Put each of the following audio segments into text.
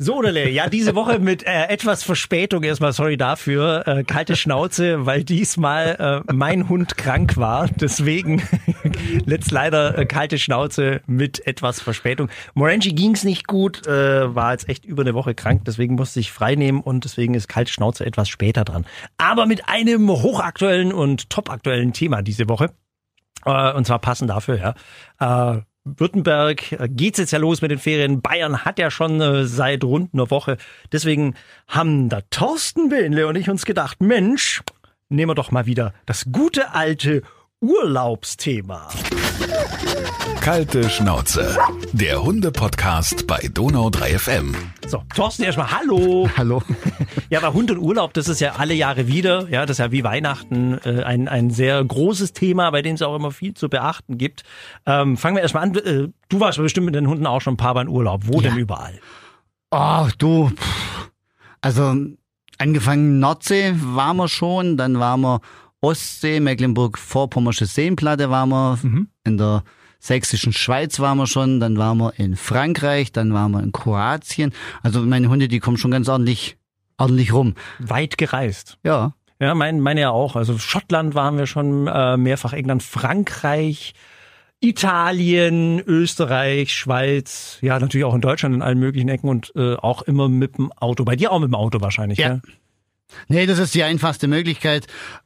So, Oderle, ja, diese Woche mit etwas Verspätung erstmal, sorry dafür, kalte Schnauze, weil diesmal mein Hund krank war, deswegen jetzt leider kalte Schnauze mit etwas Verspätung. Morenci ging's nicht gut, war jetzt echt über eine Woche krank, deswegen musste ich frei nehmen und deswegen ist kalte Schnauze etwas später dran. Aber mit einem hochaktuellen und topaktuellen Thema diese Woche, und zwar passend dafür, ja. Württemberg geht's jetzt ja los mit den Ferien. Bayern hat ja schon seit rund einer Woche. Deswegen haben da Thorsten Behnle und ich uns gedacht, Mensch, nehmen wir doch mal wieder das gute alte Urlaubsthema. Kalte Schnauze, der Hunde-Podcast bei Donau 3 FM. So, Thorsten, erstmal hallo. Hallo. Ja, aber Hund und Urlaub, das ist ja alle Jahre wieder, ja, das ist ja wie Weihnachten ein sehr großes Thema, bei dem es auch immer viel zu beachten gibt. Fangen wir erstmal an. Du warst bestimmt mit den Hunden auch schon ein paar Mal in Urlaub. Wo denn überall? Oh, du. Also, angefangen Nordsee waren wir schon, dann waren wir Ostsee, Mecklenburg-Vorpommersche Seenplatte waren wir, in der sächsischen Schweiz waren wir schon, dann waren wir in Frankreich, dann waren wir in Kroatien. Also meine Hunde, die kommen schon ganz ordentlich rum. Weit gereist. Ja. Ja, meine ja auch. Also Schottland waren wir schon mehrfach, England, Frankreich, Italien, Österreich, Schweiz, ja natürlich auch in Deutschland in allen möglichen Ecken und auch immer mit dem Auto. Bei dir auch mit dem Auto wahrscheinlich, ja? Nee, das ist die einfachste Möglichkeit.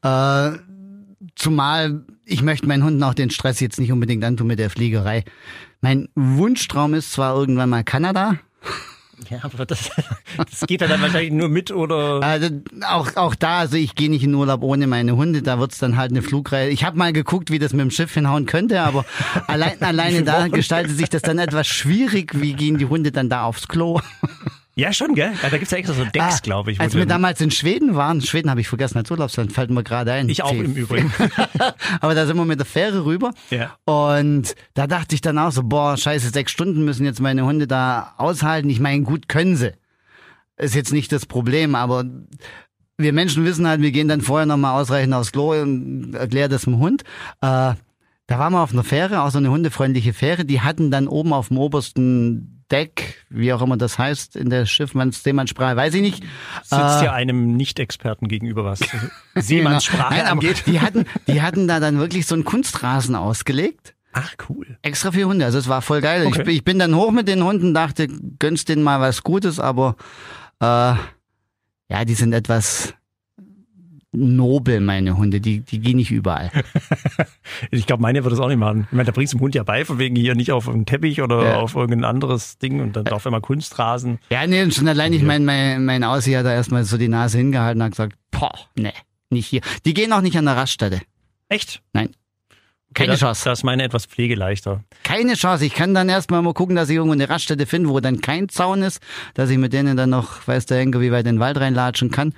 Zumal ich möchte meinen Hunden auch den Stress jetzt nicht unbedingt antun mit der Fliegerei. Mein Wunschtraum ist zwar irgendwann mal Kanada. Ja, aber das geht ja dann wahrscheinlich nur mit oder? Also auch da, also ich gehe nicht in Urlaub ohne meine Hunde, da wird's dann halt eine Flugreise. Ich habe mal geguckt, wie das mit dem Schiff hinhauen könnte, aber alleine da gestaltet sich das dann etwas schwierig. Wie gehen die Hunde dann da aufs Klo? Ja, schon, gell? Ja, da gibt's ja extra so Decks, glaube ich. Als wir damals in Schweden waren, Schweden habe ich vergessen als Urlaubsland, fällt mir gerade ein. Ich auch im Übrigen. Aber da sind wir mit der Fähre rüber. Ja. Und da dachte ich dann auch so, boah, scheiße, 6 Stunden müssen jetzt meine Hunde da aushalten. Ich meine, gut können sie. Ist jetzt nicht das Problem, aber wir Menschen wissen halt, wir gehen dann vorher nochmal ausreichend aufs Klo und erklären das dem Hund. Da waren wir auf einer Fähre, auch so eine hundefreundliche Fähre. Die hatten dann oben auf dem obersten Deck, wie auch immer das heißt, in der Seemannssprache, weiß ich nicht. Sitzt ja einem Nicht-Experten gegenüber, was Seemannssprache angeht. Die hatten da dann wirklich so einen Kunstrasen ausgelegt. Ach, cool. Extra für Hunde, also es war voll geil. Okay. Ich bin dann hoch mit den Hunden, dachte, gönnst denen mal was Gutes, aber ja, die sind etwas nobel, meine Hunde, die gehen nicht überall. Ich glaube, meine wird das auch nicht machen. Ich meine, da bringst du dem Hund ja bei, von wegen hier nicht auf einen Teppich oder auf irgendein anderes Ding und dann auf einmal Kunstrasen. Ja, nee, schon allein, ich meine, mein Aussie hat da erstmal so die Nase hingehalten und hat gesagt, nee, nicht hier. Die gehen auch nicht an der Raststätte. Echt? Nein. Keine Chance. Da ist meine etwas pflegeleichter. Keine Chance. Ich kann dann erstmal mal gucken, dass ich irgendwo eine Raststätte finde, wo dann kein Zaun ist, dass ich mit denen dann noch, weiß der Henker, wie weit in den Wald reinlatschen kann.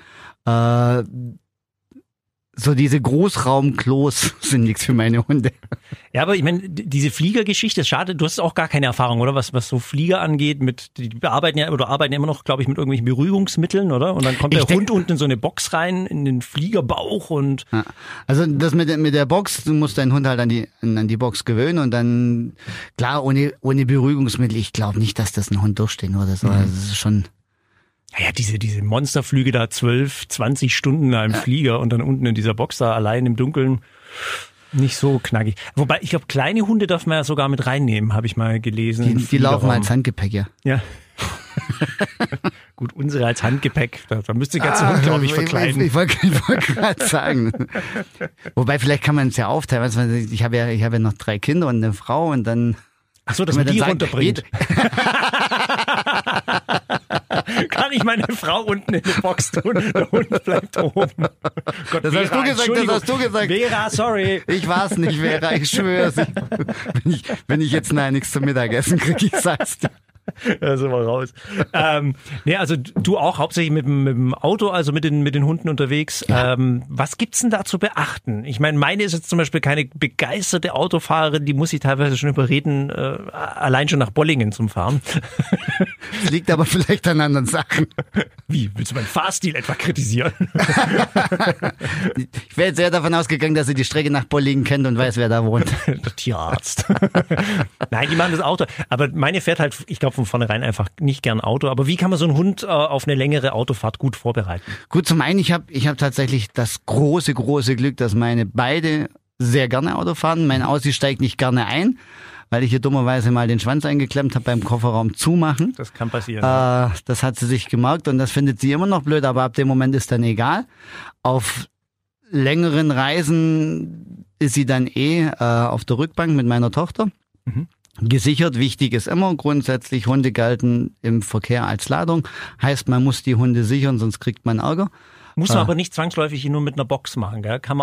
So diese Großraumklos sind nichts für meine Hunde. Ja, aber ich meine, diese Fliegergeschichte ist schade. Du hast auch gar keine Erfahrung, oder? Was so Flieger angeht, die arbeiten ja immer noch, glaube ich, mit irgendwelchen Beruhigungsmitteln, oder? Und dann kommt der Hund unten in so eine Box rein, in den Fliegerbauch und... Ja, also das mit der Box, du musst deinen Hund halt an die Box gewöhnen und dann, klar, ohne Beruhigungsmittel, ich glaube nicht, dass das ein Hund durchstehen würde. So, also das ist schon... Ja, diese Monsterflüge da 12, 20 Stunden da im Flieger und dann unten in dieser Box da allein im Dunkeln, nicht so knackig. Wobei, ich glaube, kleine Hunde darf man ja sogar mit reinnehmen, habe ich mal gelesen. Die laufen als Handgepäck, ja. Ja. Gut, unsere als Handgepäck, da müsste ich ganze Hund, glaube ich, verkleiden. Ich wollte gerade sagen. Wobei, vielleicht kann man es ja aufteilen. Ich habe ja noch 3 Kinder und eine Frau und dann... Ach so, dass man die runterbringt. Kann ich meine Frau unten in die Box tun, der Hund bleibt oben. Gott, das hast du gesagt. Vera, sorry. Ich war's nicht, Vera, ich schwör's. Wenn ich jetzt nichts zum Mittagessen kriege, ich sag's dir. Da sind wir raus. Also du auch hauptsächlich mit dem Auto, also mit den Hunden unterwegs. Ja. Was gibt's denn da zu beachten? Ich meine, meine ist jetzt zum Beispiel keine begeisterte Autofahrerin, die muss ich teilweise schon überreden, allein schon nach Bollingen zum Fahren. Das liegt aber vielleicht an anderen Sachen. Wie? Willst du meinen Fahrstil etwa kritisieren? Ich wäre jetzt sehr davon ausgegangen, dass sie die Strecke nach Bollingen kennt und weiß, wer da wohnt. Der Tierarzt. Nein, die machen das Auto. Aber meine fährt halt, ich glaube, von vornherein einfach nicht gern Auto. Aber wie kann man so einen Hund auf eine längere Autofahrt gut vorbereiten? Gut, zum einen, ich hab tatsächlich das große Glück, dass meine beide sehr gerne Auto fahren. Mein Aussie steigt nicht gerne ein, weil ich hier dummerweise mal den Schwanz eingeklemmt habe beim Kofferraum zumachen. Das kann passieren. Das hat sie sich gemerkt und das findet sie immer noch blöd, aber ab dem Moment ist dann egal. Auf längeren Reisen ist sie dann auf der Rückbank mit meiner Tochter. Gesichert, wichtig ist immer grundsätzlich, Hunde gelten im Verkehr als Ladung. Heißt, man muss die Hunde sichern, sonst kriegt man Ärger. Muss man aber nicht zwangsläufig nur mit einer Box machen, gell? Kann man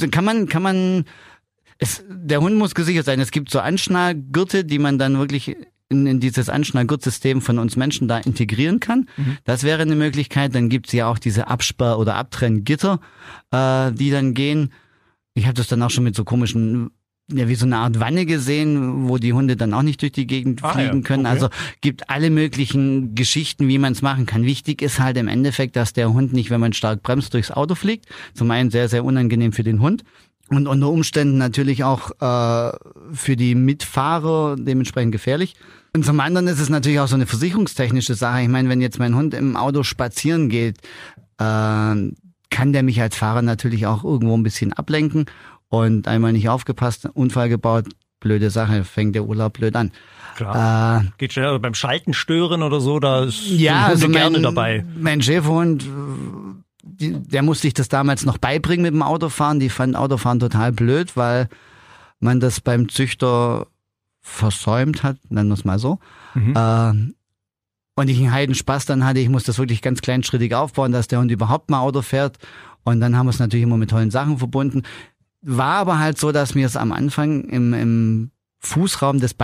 der Hund muss gesichert sein. Es gibt so Anschnallgürte, die man dann wirklich in dieses Anschnallgurtsystem von uns Menschen da integrieren kann. Das wäre eine Möglichkeit. Dann gibt's ja auch diese Absperr- oder Abtrenngitter, die dann gehen. Ich habe das dann auch schon mit so komischen, wie so eine Art Wanne gesehen, wo die Hunde dann auch nicht durch die Gegend fliegen können. Okay. Also gibt alle möglichen Geschichten, wie man es machen kann. Wichtig ist halt im Endeffekt, dass der Hund nicht, wenn man stark bremst, durchs Auto fliegt. Zum einen sehr, sehr unangenehm für den Hund. Und unter Umständen natürlich auch für die Mitfahrer dementsprechend gefährlich. Und zum anderen ist es natürlich auch so eine versicherungstechnische Sache. Ich meine, wenn jetzt mein Hund im Auto spazieren geht, kann der mich als Fahrer natürlich auch irgendwo ein bisschen ablenken. Und einmal nicht aufgepasst, Unfall gebaut, blöde Sache, fängt der Urlaub blöd an. Klar. Geht schnell, also beim Schalten stören oder so, da ist Hunde gerne dabei. Mein Schäferhund, der musste sich das damals noch beibringen mit dem Autofahren. Die fand Autofahren total blöd, weil man das beim Züchter versäumt hat, nennen wir es mal so. Und ich einen Heidenspaß dann hatte, ich muss das wirklich ganz kleinschrittig aufbauen, dass der Hund überhaupt mal Auto fährt. Und dann haben wir es natürlich immer mit tollen Sachen verbunden. War aber halt so, dass wir es am Anfang im Fußraum der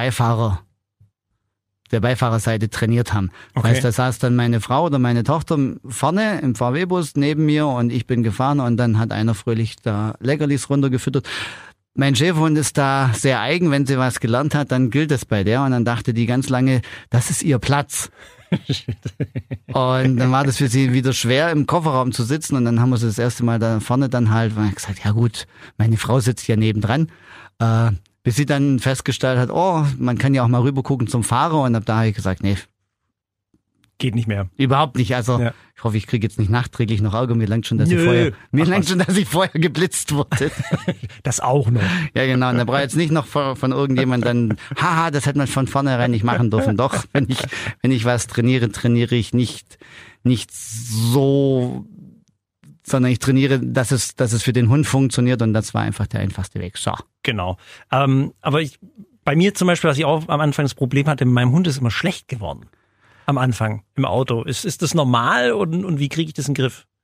Beifahrerseite trainiert haben. Das heißt, da saß dann meine Frau oder meine Tochter vorne im VW-Bus neben mir und ich bin gefahren und dann hat einer fröhlich da Leckerlis runtergefüttert. Mein Schäferhund ist da sehr eigen, wenn sie was gelernt hat, dann gilt es bei der und dann dachte die ganz lange, das ist ihr Platz. Und dann war das für sie wieder schwer, im Kofferraum zu sitzen und dann haben wir sie das erste Mal da vorne dann halt gesagt, ja gut, meine Frau sitzt ja nebendran, bis sie dann festgestellt hat, man kann ja auch mal rüber gucken zum Fahrer und ab da habe ich gesagt, nee. Geht nicht mehr. Überhaupt nicht, also ich hoffe, ich kriege jetzt nicht nachträglich noch Ärger, mir langt schon, dass ich vorher geblitzt wurde. Das auch noch. Ja genau, und da brauche ich jetzt nicht noch von irgendjemandem dann, das hätte man von vornherein nicht machen dürfen. Doch, wenn ich was trainiere ich nicht so, sondern ich trainiere, dass es für den Hund funktioniert und das war einfach der einfachste Weg. So. Genau. Aber bei mir zum Beispiel, was ich auch am Anfang das Problem hatte, mit meinem Hund ist immer schlecht geworden. Am Anfang im Auto. Ist das normal und wie kriege ich das in den Griff?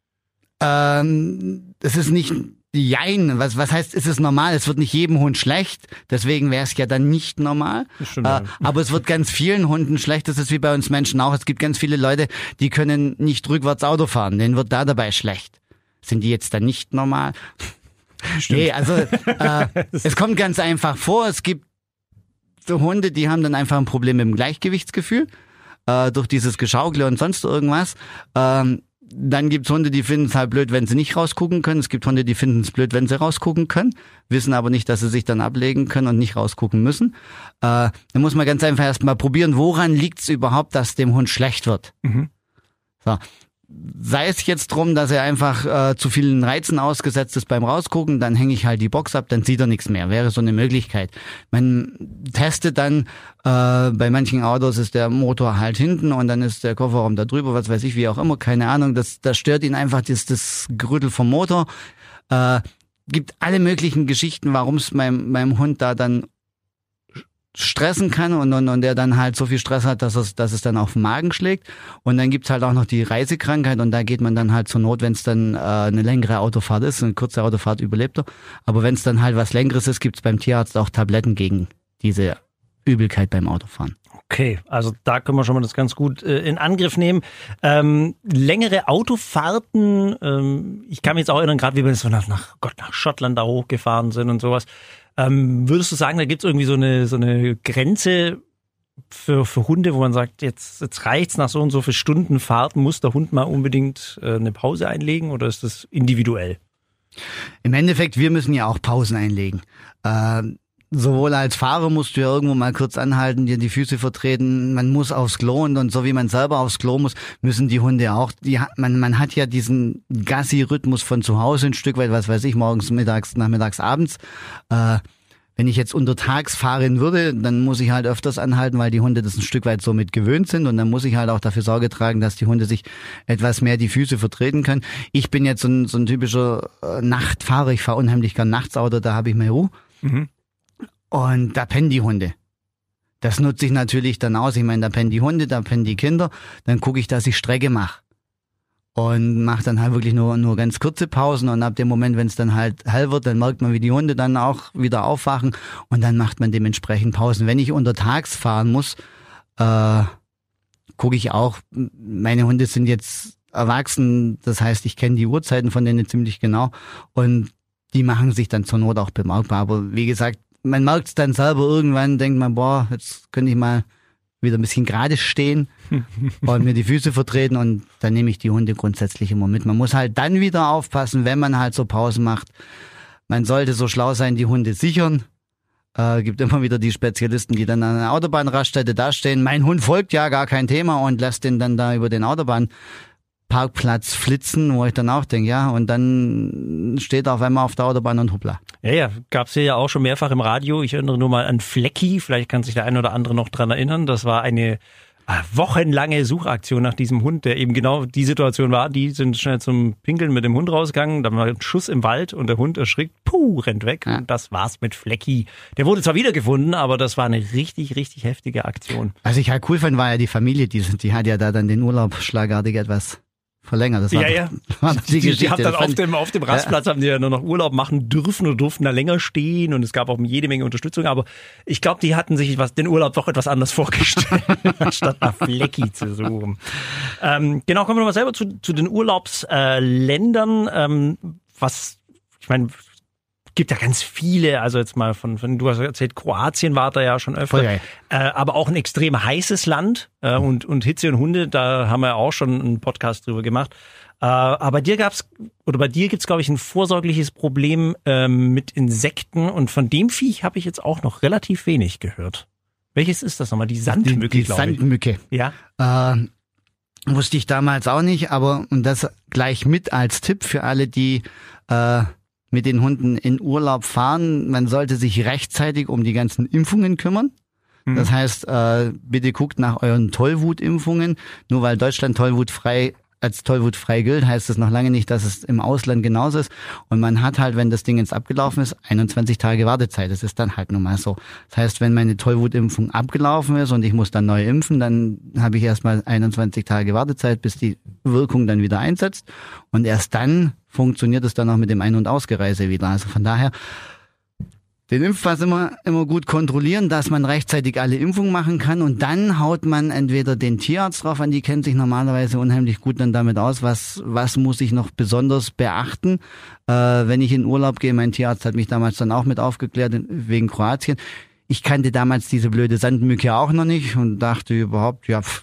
Es ist nicht jein. Was heißt, ist es normal? Es wird nicht jedem Hund schlecht. Deswegen wäre es ja dann nicht normal. Aber es wird ganz vielen Hunden schlecht. Das ist wie bei uns Menschen auch. Es gibt ganz viele Leute, die können nicht rückwärts Auto fahren. Denen wird da dabei schlecht. Sind die jetzt dann nicht normal? Stimmt. Nee, also es kommt ganz einfach vor. Es gibt so Hunde, die haben dann einfach ein Problem mit dem Gleichgewichtsgefühl. Durch dieses Geschaukle und sonst irgendwas. Dann gibt's Hunde, die finden es halt blöd, wenn sie nicht rausgucken können. Es gibt Hunde, die finden es blöd, wenn sie rausgucken können, wissen aber nicht, dass sie sich dann ablegen können und nicht rausgucken müssen. Dann muss man ganz einfach erstmal probieren, woran liegt's überhaupt, dass dem Hund schlecht wird. So. Sei es jetzt drum, dass er einfach zu vielen Reizen ausgesetzt ist beim Rausgucken, dann hänge ich halt die Box ab, dann sieht er nichts mehr. Wäre so eine Möglichkeit. Man testet dann, bei manchen Autos ist der Motor halt hinten und dann ist der Kofferraum da drüber, was weiß ich, wie auch immer, keine Ahnung. Das stört ihn einfach, das Gerüttel vom Motor. Gibt alle möglichen Geschichten, warum es meinem Hund da dann stressen kann und der dann halt so viel Stress hat, dass es dann auf den Magen schlägt. Und dann gibt's halt auch noch die Reisekrankheit und da geht man dann halt zur Not, wenn es dann eine längere Autofahrt ist, eine kurze Autofahrt überlebt er. Aber wenn es dann halt was Längeres ist, gibt's beim Tierarzt auch Tabletten gegen diese Übelkeit beim Autofahren. Okay, also da können wir schon mal das ganz gut in Angriff nehmen. Längere Autofahrten, ich kann mich jetzt auch erinnern, gerade wie wir so nach Schottland da hochgefahren sind und sowas. Würdest du sagen, da gibt's irgendwie so eine Grenze für Hunde, wo man sagt, jetzt reicht's nach so und so viel Stunden Fahrt, muss der Hund mal unbedingt eine Pause einlegen oder ist das individuell? Im Endeffekt, wir müssen ja auch Pausen einlegen. sowohl als Fahrer musst du ja irgendwo mal kurz anhalten, dir die Füße vertreten, man muss aufs Klo und so wie man selber aufs Klo muss, müssen die Hunde auch. Man hat ja diesen Gassi-Rhythmus von zu Hause ein Stück weit, was weiß ich, morgens, mittags, nachmittags, abends. Wenn ich jetzt untertags fahren würde, dann muss ich halt öfters anhalten, weil die Hunde das ein Stück weit so mit gewöhnt sind und dann muss ich halt auch dafür Sorge tragen, dass die Hunde sich etwas mehr die Füße vertreten können. Ich bin jetzt so ein typischer Nachtfahrer, ich fahre unheimlich gern nachts Auto, da habe ich mehr Ruhe. Mhm. Und da pennen die Hunde. Das nutze ich natürlich dann aus. Ich meine, da pennen die Hunde, da pennen die Kinder. Dann gucke ich, dass ich Strecke mache. Und mache dann halt wirklich nur ganz kurze Pausen. Und ab dem Moment, wenn es dann halt hell wird, dann merkt man, wie die Hunde dann auch wieder aufwachen. Und dann macht man dementsprechend Pausen. Wenn ich untertags fahren muss, gucke ich auch, meine Hunde sind jetzt erwachsen. Das heißt, ich kenne die Uhrzeiten von denen ziemlich genau. Und die machen sich dann zur Not auch bemerkbar. Aber wie gesagt, man merkt es dann selber irgendwann, denkt man, boah, jetzt könnte ich mal wieder ein bisschen gerade stehen und mir die Füße vertreten und dann nehme ich die Hunde grundsätzlich immer mit. Man muss halt dann wieder aufpassen, wenn man halt so Pausen macht. Man sollte so schlau sein, die Hunde sichern. Gibt immer wieder die Spezialisten, die dann an einer Autobahnraststätte dastehen. Mein Hund folgt ja, gar kein Thema und lässt den dann da über den Autobahnparkplatz flitzen, wo ich dann auch denke, ja, und dann steht er auf einmal auf der Autobahn und hoppla. Ja, gab's hier ja auch schon mehrfach im Radio. Ich erinnere nur mal an Flecki, vielleicht kann sich der eine oder andere noch dran erinnern. Das war eine wochenlange Suchaktion nach diesem Hund, der eben genau die Situation war. Die sind schnell zum Pinkeln mit dem Hund rausgegangen, dann war ein Schuss im Wald und der Hund erschrickt, rennt weg. Ja. Und das war's mit Flecki. Der wurde zwar wiedergefunden, aber das war eine richtig, richtig heftige Aktion. Was ich halt cool fand, war ja die Familie, die hat ja da dann den Urlaub schlagartig etwas verlängert. Das war war die Geschichte. Die haben dann auf dem Rastplatz haben die ja nur noch Urlaub machen dürfen und durften da länger stehen und es gab auch jede Menge Unterstützung, aber ich glaube, die hatten sich den Urlaub doch etwas anders vorgestellt, anstatt nach Flecki zu suchen. Genau, kommen wir nochmal selber zu den Urlaubsländern. Ich meine, gibt ja ganz viele, also jetzt mal du hast erzählt, Kroatien war da ja schon öfter, aber auch ein extrem heißes Land und Hitze und Hunde, da haben wir auch schon einen Podcast drüber gemacht. Aber bei dir gibt's, glaube ich, ein vorsorgliches Problem mit Insekten und von dem Viech habe ich jetzt auch noch relativ wenig gehört. Welches ist das nochmal? Die Sandmücke, glaube ich. Die Sandmücke. Ja. Wusste ich damals auch nicht, aber und das gleich mit als Tipp für alle, die mit den Hunden in Urlaub fahren. Man sollte sich rechtzeitig um die ganzen Impfungen kümmern. Das heißt, bitte guckt nach euren Tollwutimpfungen. Nur weil Deutschland als tollwutfrei gilt, heißt das noch lange nicht, dass es im Ausland genauso ist. Und man hat halt, wenn das Ding jetzt abgelaufen ist, 21 Tage Wartezeit. Das ist dann halt nun mal so. Das heißt, wenn meine Tollwutimpfung abgelaufen ist und ich muss dann neu impfen, dann habe ich erstmal 21 Tage Wartezeit, bis die Wirkung dann wieder einsetzt. Und erst dann funktioniert es dann auch mit dem Ein- und Ausgereise wieder. Also von daher den Impfpass immer gut kontrollieren, dass man rechtzeitig alle Impfungen machen kann und dann haut man entweder den Tierarzt drauf an, die kennt sich normalerweise unheimlich gut dann damit aus, was muss ich noch besonders beachten, wenn ich in Urlaub gehe. Mein Tierarzt hat mich damals dann auch mit aufgeklärt wegen Kroatien. Ich kannte damals diese blöde Sandmücke auch noch nicht und dachte überhaupt,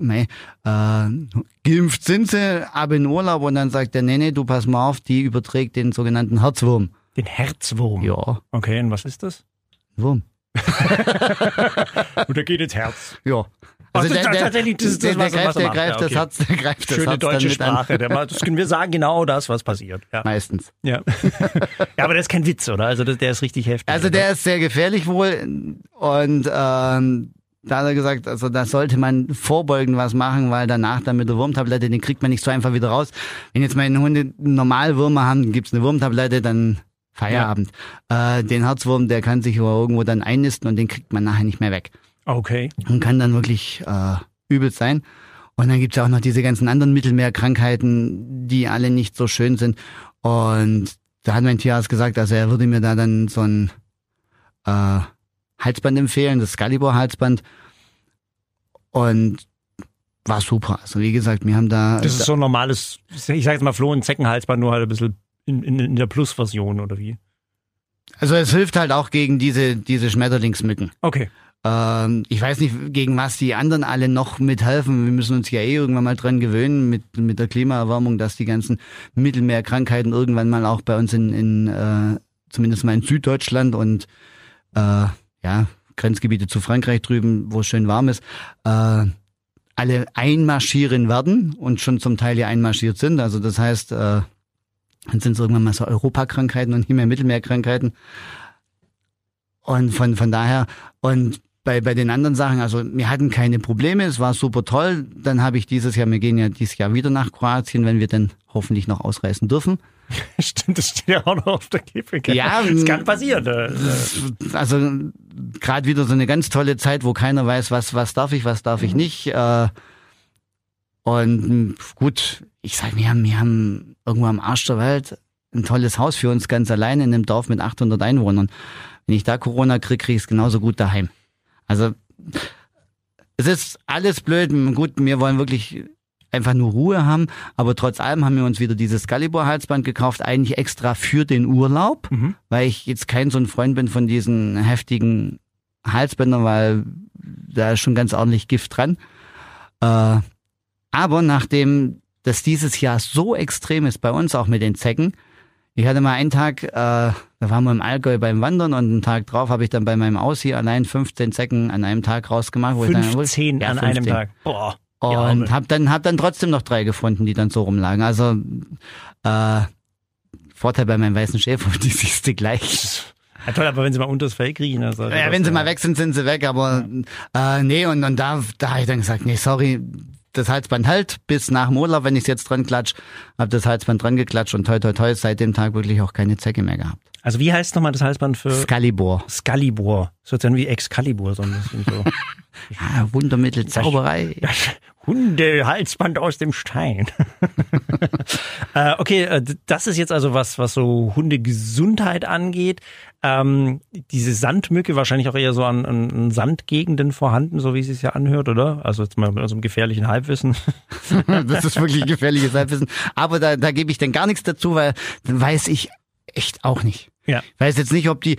geimpft sind sie, aber in Urlaub und dann sagt er, nee, du pass mal auf, die überträgt den sogenannten Herzwurm. Den Herzwurm? Ja. Okay, und was ist das? Wurm. Und der geht ins Herz. Ja. Also der greift das Herz Schöne deutsche Sprache. Das können wir sagen, genau das, was passiert. Ja. Meistens. Ja. Ja, aber der ist kein Witz, oder? Also der ist richtig heftig. Also der ist sehr gefährlich wohl und da hat er gesagt, also da sollte man vorbeugend was machen, weil danach dann mit der Wurmtablette, den kriegt man nicht so einfach wieder raus. Wenn jetzt meine Hunde normal Würmer haben, gibt's eine Wurmtablette, dann Feierabend. Ja. Den Herzwurm, der kann sich irgendwo dann einnisten und den kriegt man nachher nicht mehr weg. Okay. Und kann dann wirklich übel sein. Und dann gibt's ja auch noch diese ganzen anderen Mittelmeerkrankheiten, die alle nicht so schön sind. Und da hat mein Tierarzt gesagt, also er würde mir da dann so ein Halsband empfehlen, das Excalibur-Halsband. Und war super. Also wie gesagt, wir haben da... Das ist so ein normales, ich sag jetzt mal Floh- und Zeckenhalsband, nur halt ein bisschen in der Plus-Version, oder wie? Also es hilft halt auch gegen diese Schmetterlingsmücken. Okay. Ich weiß nicht, gegen was die anderen alle noch mithelfen. Wir müssen uns ja irgendwann mal dran gewöhnen mit der Klimaerwärmung, dass die ganzen Mittelmeerkrankheiten irgendwann mal auch bei uns in zumindest mal in Süddeutschland und Grenzgebiete zu Frankreich drüben, wo es schön warm ist, alle einmarschieren werden und schon zum Teil hier einmarschiert sind. Also das heißt, dann sind es irgendwann mal so Europakrankheiten und nicht mehr Mittelmeerkrankheiten. Und von daher, und bei den anderen Sachen, also wir hatten keine Probleme, es war super toll. Dann habe ich wir gehen ja dieses Jahr wieder nach Kroatien, wenn wir dann hoffentlich noch ausreisen dürfen. Stimmt, das steht ja auch noch auf der Kippe. Ja, das kann passieren. Also gerade wieder so eine ganz tolle Zeit, wo keiner weiß, was darf ich nicht. Und gut, ich sag, wir haben irgendwo am Arsch der Welt ein tolles Haus für uns ganz alleine in einem Dorf mit 800 Einwohnern. Wenn ich da Corona kriege ich es genauso gut daheim. Also es ist alles blöd. Gut, wir wollen wirklich einfach nur Ruhe haben, aber trotz allem haben wir uns wieder dieses Excalibur-Halsband gekauft, eigentlich extra für den Urlaub, weil ich jetzt kein so ein Freund bin von diesen heftigen Halsbändern, weil da ist schon ganz ordentlich Gift dran. Aber nachdem das dieses Jahr so extrem ist bei uns, auch mit den Zecken, ich hatte mal einen Tag, da waren wir im Allgäu beim Wandern und einen Tag drauf habe ich dann bei meinem Aussie allein 15 Zecken an einem Tag rausgemacht. 15 an einem Tag? Boah. Und hab dann trotzdem noch 3 gefunden, die dann so rumlagen. Also Vorteil bei meinem weißen Schäfer, die siehst du gleich. Ja toll, aber wenn sie mal unters Fell kriechen. Also ja, wenn sie mal weg sind, sind sie weg. Aber nee, und da habe ich dann gesagt, nee, sorry, das Halsband halt bis nach dem Urlaub, wenn ich es jetzt dran klatsch. Hab das Halsband dran geklatscht und toi toi toi, seit dem Tag wirklich auch keine Zecke mehr gehabt. Also wie heißt nochmal das Halsband für? Excalibur. Excalibur. So dann wie Excalibur, so ein bisschen so. Ja, Wundermittel, Zauberei. Hundehalsband aus dem Stein. Okay, das ist jetzt also was so Hundegesundheit angeht. Diese Sandmücke wahrscheinlich auch eher so an Sandgegenden vorhanden, so wie es sich ja anhört, oder? Also jetzt mal mit so einem gefährlichen Halbwissen. Das ist wirklich gefährliches Halbwissen. Aber da gebe ich dann gar nichts dazu, weil dann weiß ich echt auch nicht. Ja. Ich weiß jetzt nicht, ob die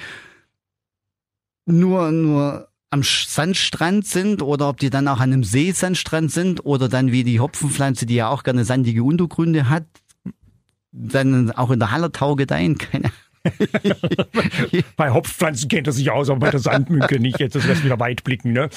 nur am Sandstrand sind oder ob die dann auch an einem Seesandstrand sind oder dann wie die Hopfenpflanze, die ja auch gerne sandige Untergründe hat, dann auch in der Hallertau gedeihen. Keine Bei Hopfpflanzen kennt er sich aus, aber bei der Sandmücke nicht. Jetzt lässt wieder weit blicken, ne?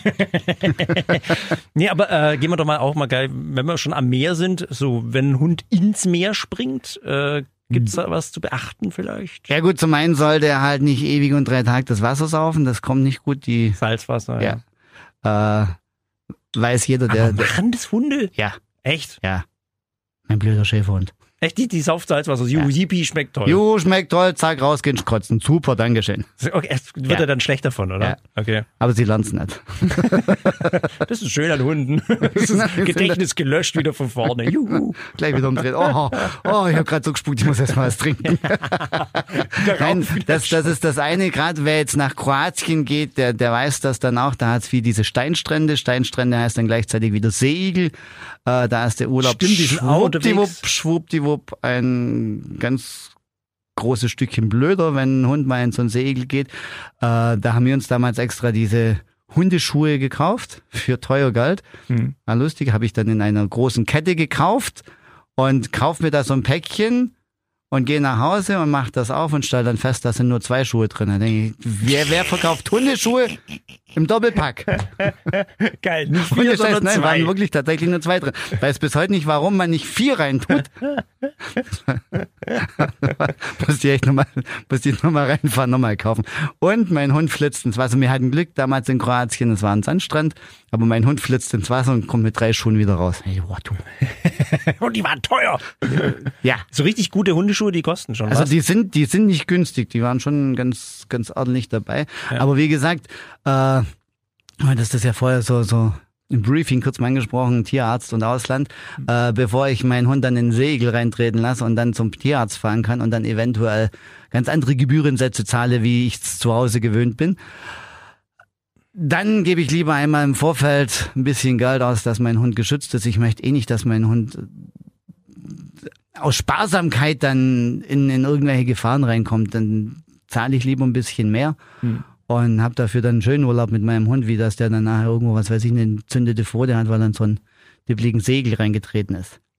Nee, aber gehen wir doch mal auch mal geil, wenn wir schon am Meer sind, so wenn ein Hund ins Meer springt, gibt's da was zu beachten vielleicht? Ja gut, zum einen soll der halt nicht ewig und 3 Tage das Wasser saufen, das kommt nicht gut. Die Salzwasser, ja. Weiß jeder, der... Machen das Hunde? Ja. Echt? Ja. Mein blöder Schäferhund. Echt, die sauft Salzwasser. Yippie, schmeckt toll. Schmeckt toll, zack, rausgehen, kotzen. Super, Dankeschön. Okay, wird er dann schlecht davon, oder? Ja. Okay. Aber sie lernt's nicht. Das ist schön an Hunden. Das ist Gedächtnis gelöscht wieder von vorne. Juhu. Gleich wieder umdrehen. Oh, ich habe gerade so gespuckt, ich muss erst mal was trinken. Nein, das ist das eine. Gerade wer jetzt nach Kroatien geht, der weiß das dann auch. Da hat's wie diese Steinstrände. Steinstrände heißt dann gleichzeitig wieder Seeigel. Da ist der Urlaub schwuppdiwupp ein ganz großes Stückchen blöder, wenn ein Hund mal in so ein Seeigel geht. Da haben wir uns damals extra diese Hundeschuhe gekauft für teuer Geld. War lustig, habe ich dann in einer großen Kette gekauft und kauf mir da so ein Päckchen und gehe nach Hause und mache das auf und stelle dann fest, da sind nur 2 Schuhe drin. Da denke ich, wer verkauft Hundeschuhe im Doppelpack? Geil, nicht 4, sondern 2. Nein, waren wirklich tatsächlich nur 2 drin. Ich weiß bis heute nicht, warum man nicht 4 reintut. Muss ich nochmal reinfahren, nochmal kaufen. Und mein Hund flitzt ins Wasser. Wir hatten Glück damals in Kroatien, es war ein Sandstrand, aber mein Hund flitzt ins Wasser und kommt mit 3 Schuhen wieder raus. Hey, boah, du. Und die waren teuer. Ja. So richtig gute Hundeschuhe, die kosten schon was. Also die sind nicht günstig, die waren schon ganz, ganz ordentlich dabei. Ja. Aber wie gesagt, das ist ja vorher so im Briefing kurz mal angesprochen, Tierarzt und Ausland, bevor ich meinen Hund dann in den Seeigel reintreten lasse und dann zum Tierarzt fahren kann und dann eventuell ganz andere Gebührensätze zahle, wie ich es zu Hause gewöhnt bin. Dann gebe ich lieber einmal im Vorfeld ein bisschen Geld aus, dass mein Hund geschützt ist. Ich möchte eh nicht, dass mein Hund aus Sparsamkeit dann in irgendwelche Gefahren reinkommt. Dann zahle ich lieber ein bisschen mehr und habe dafür dann einen schönen Urlaub mit meinem Hund, wie dass der dann nachher irgendwo, was weiß ich, eine entzündete Pfote hat, weil dann so ein dippligen Segel reingetreten ist.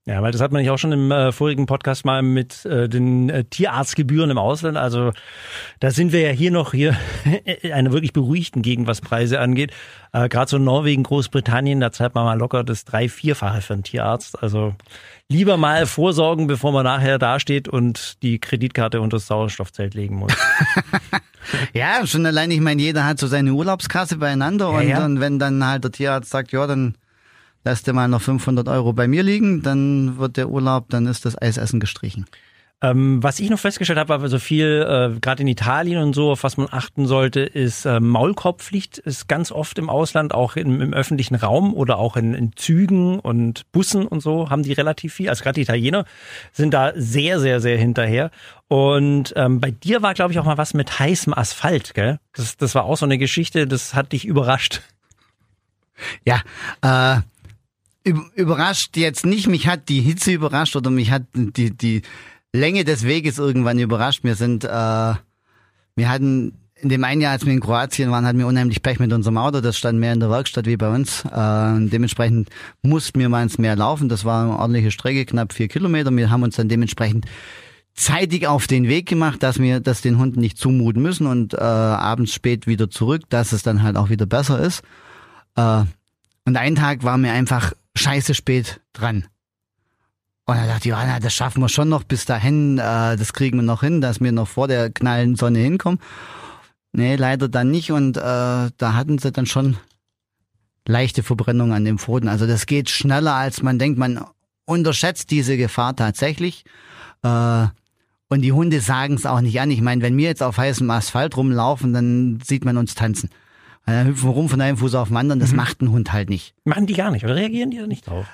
Ja, weil das hat man ja auch schon im vorigen Podcast mal mit den Tierarztgebühren im Ausland. Also da sind wir ja hier einer wirklich beruhigten Gegend, was Preise angeht. Gerade so Norwegen, Großbritannien, da zahlt man mal locker das 3-4-fache für einen Tierarzt. Also lieber mal vorsorgen, bevor man nachher dasteht und die Kreditkarte unter das Sauerstoffzelt legen muss. Ja, schon allein, ich meine, jeder hat so seine Urlaubskasse beieinander und wenn dann halt der Tierarzt sagt, ja, dann lass dir mal noch 500 € bei mir liegen, dann wird der Urlaub, dann ist das Eisessen gestrichen. Was ich noch festgestellt habe, war so viel, gerade in Italien und so, auf was man achten sollte, ist Maulkorbpflicht ist ganz oft im Ausland, auch im öffentlichen Raum oder auch in Zügen und Bussen und so, haben die relativ viel. Also gerade die Italiener sind da sehr, sehr, sehr hinterher. Und bei dir war, glaube ich, auch mal was mit heißem Asphalt, gell? Das war auch so eine Geschichte, das hat dich überrascht. Ja, überrascht jetzt nicht, mich hat die Hitze überrascht oder mich hat die Länge des Weges irgendwann überrascht. Wir hatten in dem einen Jahr, als wir in Kroatien waren, hatten wir unheimlich Pech mit unserem Auto. Das stand mehr in der Werkstatt wie bei uns. Dementsprechend mussten wir mal ins Meer laufen. Das war eine ordentliche Strecke, knapp 4 Kilometer. Wir haben uns dann dementsprechend zeitig auf den Weg gemacht, dass wir das den Hunden nicht zumuten müssen und abends spät wieder zurück, dass es dann halt auch wieder besser ist. Und einen Tag waren wir einfach scheiße spät dran. Und dann dachte ich, ja, das schaffen wir schon noch bis dahin, das kriegen wir noch hin, dass wir noch vor der knallenden Sonne hinkommen. Nee, leider dann nicht und da hatten sie dann schon leichte Verbrennung an dem Pfoten. Also das geht schneller, als man denkt. Man unterschätzt diese Gefahr tatsächlich. Und die Hunde sagen es auch nicht an. Ich meine, wenn wir jetzt auf heißem Asphalt rumlaufen, dann sieht man uns tanzen. Dann hüpfen wir rum von einem Fuß auf den anderen, das macht ein Hund halt nicht. Machen die gar nicht oder reagieren die da nicht drauf?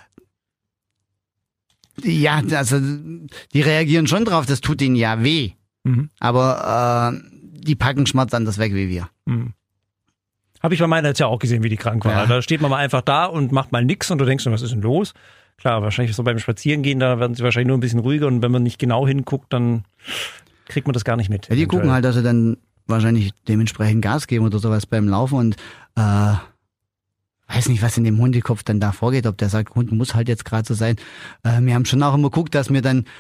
Ja, also die reagieren schon drauf, das tut ihnen ja weh. Aber die packen Schmerz anders weg wie wir. Habe ich bei meiner jetzt ja auch gesehen, wie die krank war. Ja. Da steht man mal einfach da und macht mal nix und du denkst, was ist denn los? Klar, wahrscheinlich so beim Spazierengehen, da werden sie wahrscheinlich nur ein bisschen ruhiger und wenn man nicht genau hinguckt, dann kriegt man das gar nicht mit. Ja, die gucken halt, dass sie dann wahrscheinlich dementsprechend Gas geben oder sowas beim Laufen und weiß nicht, was in dem Hundekopf dann da vorgeht, ob der sagt, Hund muss halt jetzt gerade so sein. Wir haben schon auch immer geguckt, dass wir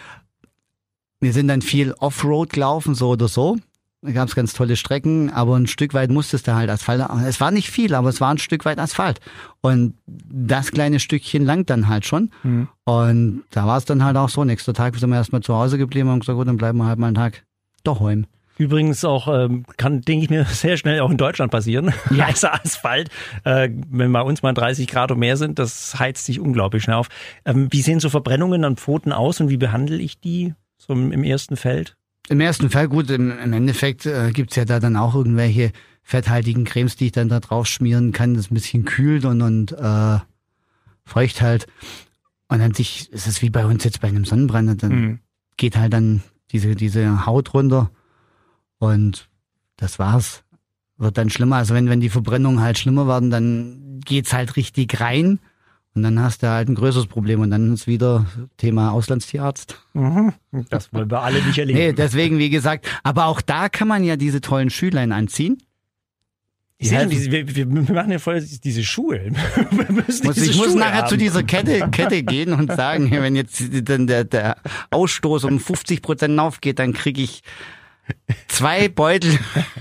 sind dann viel Offroad gelaufen, so oder so. Da gab es ganz tolle Strecken, aber ein Stück weit musstest du halt Asphalt. Es war nicht viel, aber es war ein Stück weit Asphalt. Und das kleine Stückchen langt dann halt schon. Und da war es dann halt auch so. Nächster Tag sind wir erstmal zu Hause geblieben und gesagt, gut, dann bleiben wir halt mal einen Tag daheim. Übrigens auch, kann, denke ich mir, sehr schnell auch in Deutschland passieren. Ja. Heißer Asphalt. Wenn bei uns mal 30 Grad und mehr sind, das heizt sich unglaublich schnell auf. Wie sehen so Verbrennungen an Pfoten aus und wie behandle ich die so im ersten Feld? Im ersten Fall, gut, im Endeffekt gibt's ja da dann auch irgendwelche fetthaltigen Cremes, die ich dann da drauf schmieren kann, das ein bisschen kühlt und feucht halt. Und an sich ist es wie bei uns jetzt bei einem Sonnenbrand, dann geht halt dann diese Haut runter. Und das war's. Wird dann schlimmer. Also wenn die Verbrennungen halt schlimmer werden, dann geht's halt richtig rein. Und dann hast du halt ein größeres Problem. Und dann ist wieder Thema Auslandstierarzt. Das wollen wir alle nicht erleben. Nee, deswegen, wie gesagt. Aber auch da kann man ja diese tollen Schülein anziehen. Ich sehe, wir machen ja voll diese Schuhe. Ich muss nachher zu dieser Kette gehen und sagen, wenn jetzt dann der Ausstoß um 50% aufgeht, dann kriege ich 2 Beutel.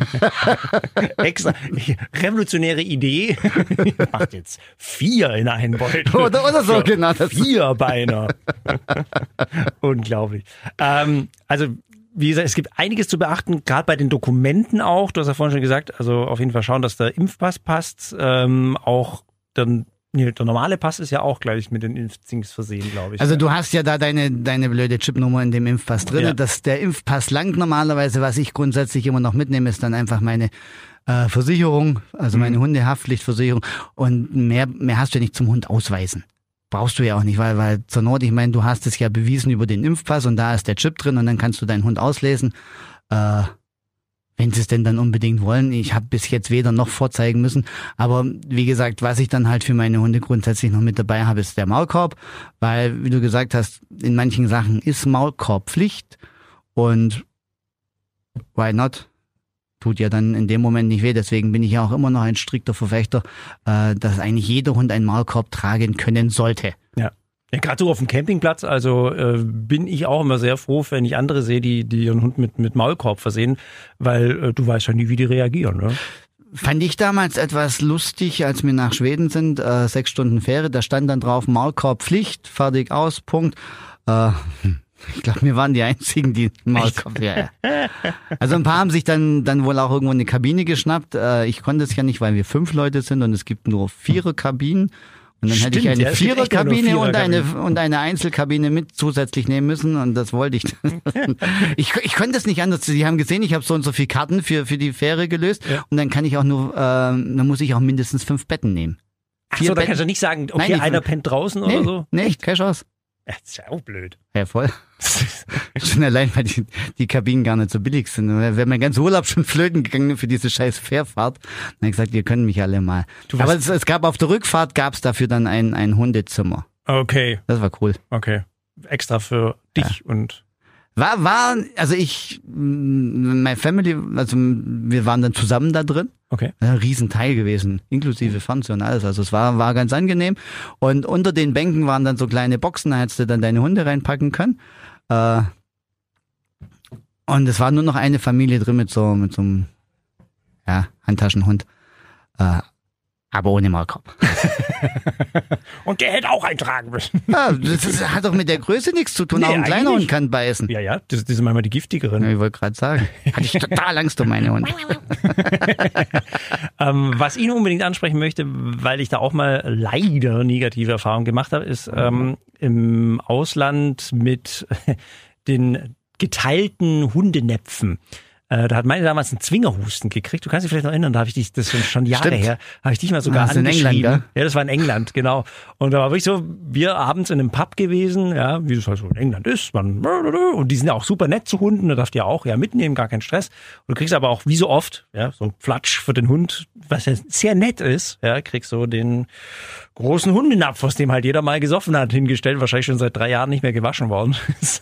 Extra revolutionäre Idee. Macht jetzt 4 in einen Beutel. Oder so, genau. 4 Beine. Unglaublich. Also, wie gesagt, es gibt einiges zu beachten, gerade bei den Dokumenten auch. Du hast ja vorhin schon gesagt, also auf jeden Fall schauen, dass der Impfpass passt. Auch dann der normale Pass ist ja auch gleich mit den Impfzinks versehen, glaube ich. Also du hast ja da deine blöde Chipnummer in dem Impfpass drin. Ja. Der Impfpass langt normalerweise. Was ich grundsätzlich immer noch mitnehme, ist dann einfach meine Versicherung, also meine Hundehaftpflichtversicherung. Und mehr hast du ja nicht zum Hund ausweisen. Brauchst du ja auch nicht, weil zur Not, ich meine, du hast es ja bewiesen über den Impfpass und da ist der Chip drin und dann kannst du deinen Hund auslesen. Wenn sie es denn dann unbedingt wollen. Ich habe bis jetzt weder noch vorzeigen müssen. Aber wie gesagt, was ich dann halt für meine Hunde grundsätzlich noch mit dabei habe, ist der Maulkorb. Weil, wie du gesagt hast, in manchen Sachen ist Maulkorb Pflicht. Und why not? Tut ja dann in dem Moment nicht weh. Deswegen bin ich ja auch immer noch ein strikter Verfechter, dass eigentlich jeder Hund einen Maulkorb tragen können sollte. Ja. Ja, gerade so auf dem Campingplatz, also bin ich auch immer sehr froh, wenn ich andere sehe, die ihren Hund mit Maulkorb versehen, weil du weißt ja nie, wie die reagieren. Ne? Fand ich damals etwas lustig, als wir nach Schweden sind, 6 Stunden Fähre, da stand dann drauf Maulkorb Pflicht, fertig, aus, Punkt. Ich glaube, wir waren die Einzigen, die einen Maulkorb. Ja. Also ein paar haben sich dann wohl auch irgendwo eine Kabine geschnappt. Ich konnte es ja nicht, weil wir 5 Leute sind und es gibt nur 4 Kabinen. Und dann hätte ich eine 4er-Kabine und eine Einzelkabine mit zusätzlich nehmen müssen und das wollte ich. Ich konnte es nicht anders. Sie haben gesehen, ich habe so und so viele Karten für die Fähre gelöst und dann kann ich auch nur, dann muss ich auch mindestens 5 Betten nehmen. Achso, da kannst du nicht sagen, okay, nein, einer pennt draußen oder so? Nee, keine Chance. Das ist ja auch blöd. Ja, voll. Schon allein, weil die Kabinen gar nicht so billig sind. Wäre mein ganzer Urlaub schon flöten gegangen für diese scheiß Fährfahrt. Dann habe ich gesagt, ihr könnt mich alle mal. Aber es gab auf der Rückfahrt gab's dafür dann ein Hundezimmer. Okay. Das war cool. Okay. Extra für dich und... Also meine Family, also wir waren dann zusammen da drin. Okay. Ein Riesenteil gewesen, inklusive Fernseher und alles. Also es war ganz angenehm. Und unter den Bänken waren dann so kleine Boxen, da hättest du dann deine Hunde reinpacken können. Und es war nur noch eine Familie drin mit so einem Handtaschenhund. Aber ohne Maulkorb. Und der hätte auch eintragen müssen. Ja, das hat doch mit der Größe nichts zu tun. Auch ein kleiner Hund kann beißen. Ja, das sind manchmal die giftigeren. Ja, ich wollte gerade sagen. Hatte ich total Angst um meine Hunde. Was ich unbedingt ansprechen möchte, weil ich da auch mal leider negative Erfahrungen gemacht habe, ist im Ausland mit den geteilten Hundenäpfen. Da hat meine damals einen Zwingerhusten gekriegt. Du kannst dich vielleicht noch erinnern, da habe ich dich, das ist schon Jahre her, habe ich dich mal sogar angeschrieben. In England, ja? Ja, das war in England, genau. Und da war wirklich so, wir abends in einem Pub gewesen, ja, wie es halt so in England ist, und die sind ja auch super nett zu Hunden, da darfst du ja auch mitnehmen, gar keinen Stress. Und du kriegst aber auch, wie so oft, ja, so ein Flatsch für den Hund, was ja sehr nett ist, ja, kriegst so den großen Hundenapf, aus dem halt jeder mal gesoffen hat, hingestellt, wahrscheinlich schon seit 3 Jahren nicht mehr gewaschen worden ist.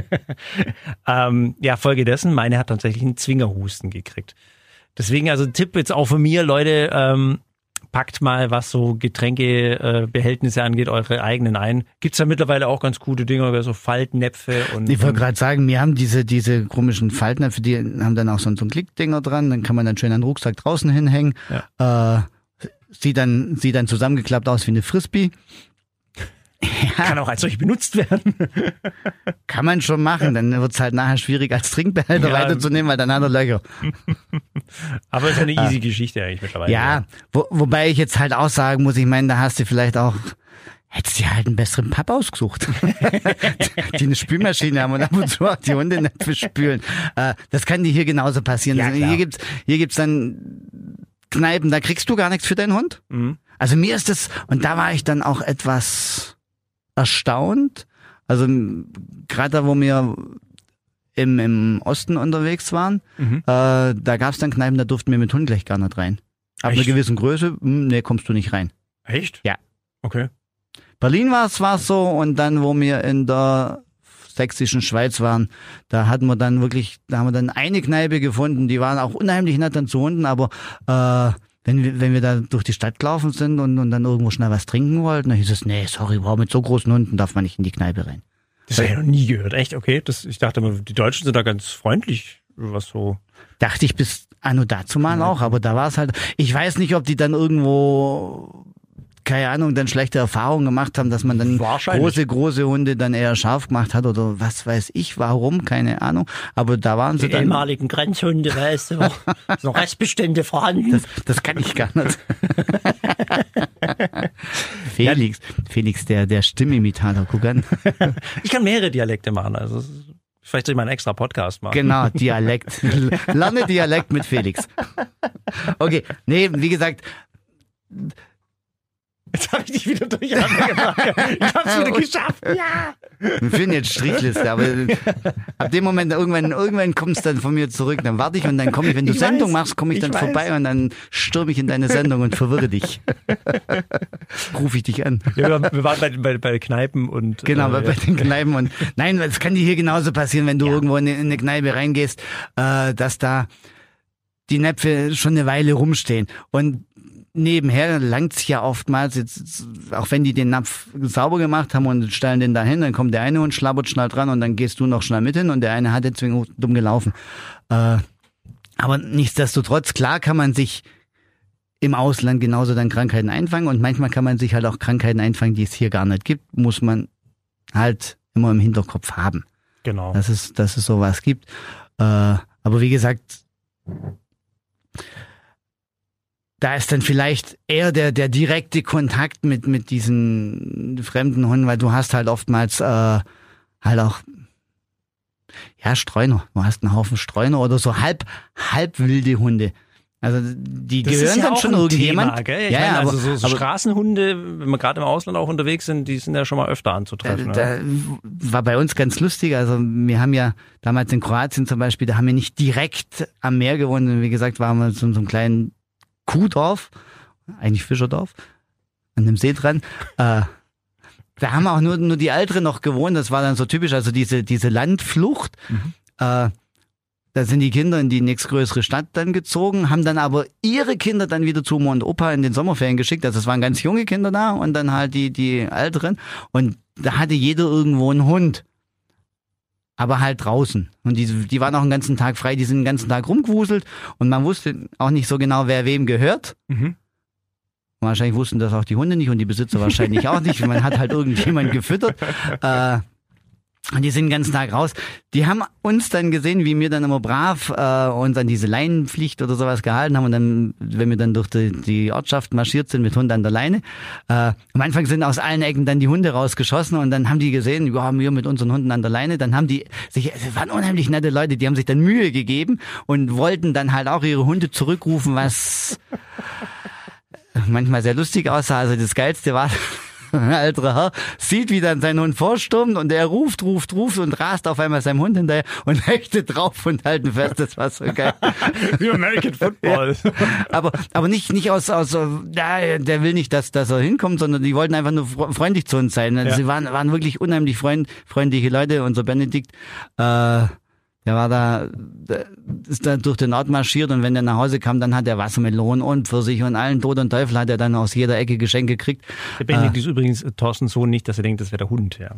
Folge dessen, meine hat tatsächlich einen Zwingerhusten gekriegt. Deswegen also Tipp jetzt auch von mir, Leute, packt mal, was so Getränkebehältnisse angeht, eure eigenen ein. Gibt's da mittlerweile auch ganz gute Dinge, so Faltnäpfe und... Ich wollte gerade sagen, wir haben diese komischen Faltnäpfe, die haben dann auch so ein Klickdinger dran, dann kann man dann schön einen Rucksack draußen hinhängen. Ja. Sieht dann zusammengeklappt aus wie eine Frisbee. Ja. Kann auch als solche benutzt werden. Kann man schon machen, dann wird's halt nachher schwierig als Trinkbehälter weiterzunehmen, weil dann hat er Löcher. Aber ist ja eine easy Geschichte eigentlich mittlerweile. Ja, wobei ich jetzt halt auch sagen muss, ich meine, da hast du vielleicht auch, hättest du halt einen besseren Papp ausgesucht. Die eine Spülmaschine haben und ab und zu auch die Hunde nicht bespülen. Das kann dir hier genauso passieren. Ja, hier gibt's dann Kneipen, da kriegst du gar nichts für deinen Hund. Mhm. Also mir ist das, und da war ich dann auch etwas erstaunt. Also gerade da, wo wir im Osten unterwegs waren, da gab's dann Kneipen, da durften wir mit Hund gleich gar nicht rein. Ab einer gewissen Größe, nee, kommst du nicht rein. Echt? Ja. Okay. Berlin war's so, und dann, wo wir in der sächsischen Schweiz waren, da haben wir dann eine Kneipe gefunden, die waren auch unheimlich nett dann zu Hunden, aber wenn wir da durch die Stadt gelaufen sind und dann irgendwo schnell was trinken wollten, dann hieß es, nee, sorry, wow, mit so großen Hunden darf man nicht in die Kneipe rein. Das habe ich noch nie gehört, echt? Okay, ich dachte immer, die Deutschen sind da ganz freundlich, was so. Dachte ich bis anno dazu mal auch, aber da war es halt, ich weiß nicht, ob die dann irgendwo, keine Ahnung, dann schlechte Erfahrungen gemacht haben, dass man dann große Hunde dann eher scharf gemacht hat oder was weiß ich, warum, keine Ahnung. Aber da waren sie die dann... Die ehemaligen Grenzhunde, weißt du, so Restbestände vorhanden. Das kann ich gar nicht. Felix, der Stimmimitator, guck an. Ich kann mehrere Dialekte machen, also vielleicht soll ich mal einen extra Podcast machen. Genau, Dialekt. Lerne Dialekt mit Felix. Okay, nee, wie gesagt... Jetzt habe ich dich wieder durcheinander gebracht. Ich habe es wieder geschafft. Ja. Wir führen jetzt Strichliste, aber ab dem Moment, irgendwann kommst du dann von mir zurück. Dann warte ich und dann komme ich, wenn du Sendung machst, komme ich dann vorbei und dann stürme ich in deine Sendung und verwirre dich. Rufe ich dich an. Ja, wir waren bei Kneipen und... Genau, bei den Kneipen und... Nein, es kann dir hier genauso passieren, wenn du irgendwo in eine Kneipe reingehst, dass da die Näpfe schon eine Weile rumstehen. Und nebenher langt's ja oftmals, jetzt, auch wenn die den Napf sauber gemacht haben und stellen den dahin, dann kommt der eine Hund, schlabbert schnell dran und dann gehst du noch schnell mit hin und der eine hat deswegen dumm gelaufen. Aber nichtsdestotrotz, klar kann man sich im Ausland genauso dann Krankheiten einfangen und manchmal kann man sich halt auch Krankheiten einfangen, die es hier gar nicht gibt, muss man halt immer im Hinterkopf haben. Genau. Dass es sowas gibt. Aber wie gesagt, da ist dann vielleicht eher der direkte Kontakt mit diesen fremden Hunden, weil du hast halt oftmals halt auch Streuner. Du hast einen Haufen Streuner oder so halb wilde Hunde. Also die das gehören ist ja dann auch schon ein irgendjemand. Thema, gell? Ich meine, also so Straßenhunde, wenn wir gerade im Ausland auch unterwegs sind, die sind ja schon mal öfter anzutreffen. Da war bei uns ganz lustig. Also wir haben ja damals in Kroatien zum Beispiel, da haben wir nicht direkt am Meer gewohnt. Und wie gesagt, waren wir so einem kleinen Kuhdorf, eigentlich Fischerdorf, an dem See dran. Da haben auch nur die Älteren noch gewohnt. Das war dann so typisch, also diese Landflucht. Da sind die Kinder in die nächstgrößere Stadt dann gezogen, haben dann aber ihre Kinder dann wieder zu Oma und Opa in den Sommerferien geschickt. Also es waren ganz junge Kinder da und dann halt die Älteren. Und da hatte jeder irgendwo einen Hund. Aber halt draußen. Und die waren auch den ganzen Tag frei, die sind den ganzen Tag rumgewuselt und man wusste auch nicht so genau, wer wem gehört. Mhm. Wahrscheinlich wussten das auch die Hunde nicht und die Besitzer wahrscheinlich auch nicht. Man hat halt irgendjemand gefüttert. Und die sind den ganzen Tag raus. Die haben uns dann gesehen, wie wir dann immer brav uns an diese Leinenpflicht oder sowas gehalten haben. Und dann, wenn wir dann durch die Ortschaft marschiert sind mit Hund an der Leine, am Anfang sind aus allen Ecken dann die Hunde rausgeschossen und dann haben die gesehen, wir haben wir mit unseren Hunden an der Leine. Dann haben die sich, es waren unheimlich nette Leute, die haben sich dann Mühe gegeben und wollten dann halt auch ihre Hunde zurückrufen, was manchmal sehr lustig aussah. Also das Geilste war, ein älterer Herr sieht, wie dann sein Hund vorstürmt und er ruft und rast auf einmal seinem Hund hinterher und hechtet drauf und halten fest, das war so geil. Wie American Football. Ja. Aber nicht aus der will nicht, dass er hinkommt, sondern die wollten einfach nur freundlich zu uns sein. Also sie waren wirklich unheimlich freundliche Leute. Unser Benedikt, der ist da durch den Ort marschiert und wenn er nach Hause kam, dann hat er Wassermelonen und Pfirsich und allen Tod und Teufel hat er dann aus jeder Ecke Geschenke gekriegt. Der Benedikt ist übrigens Thorstens Sohn, nicht, dass er denkt, das wäre der Hund, ja.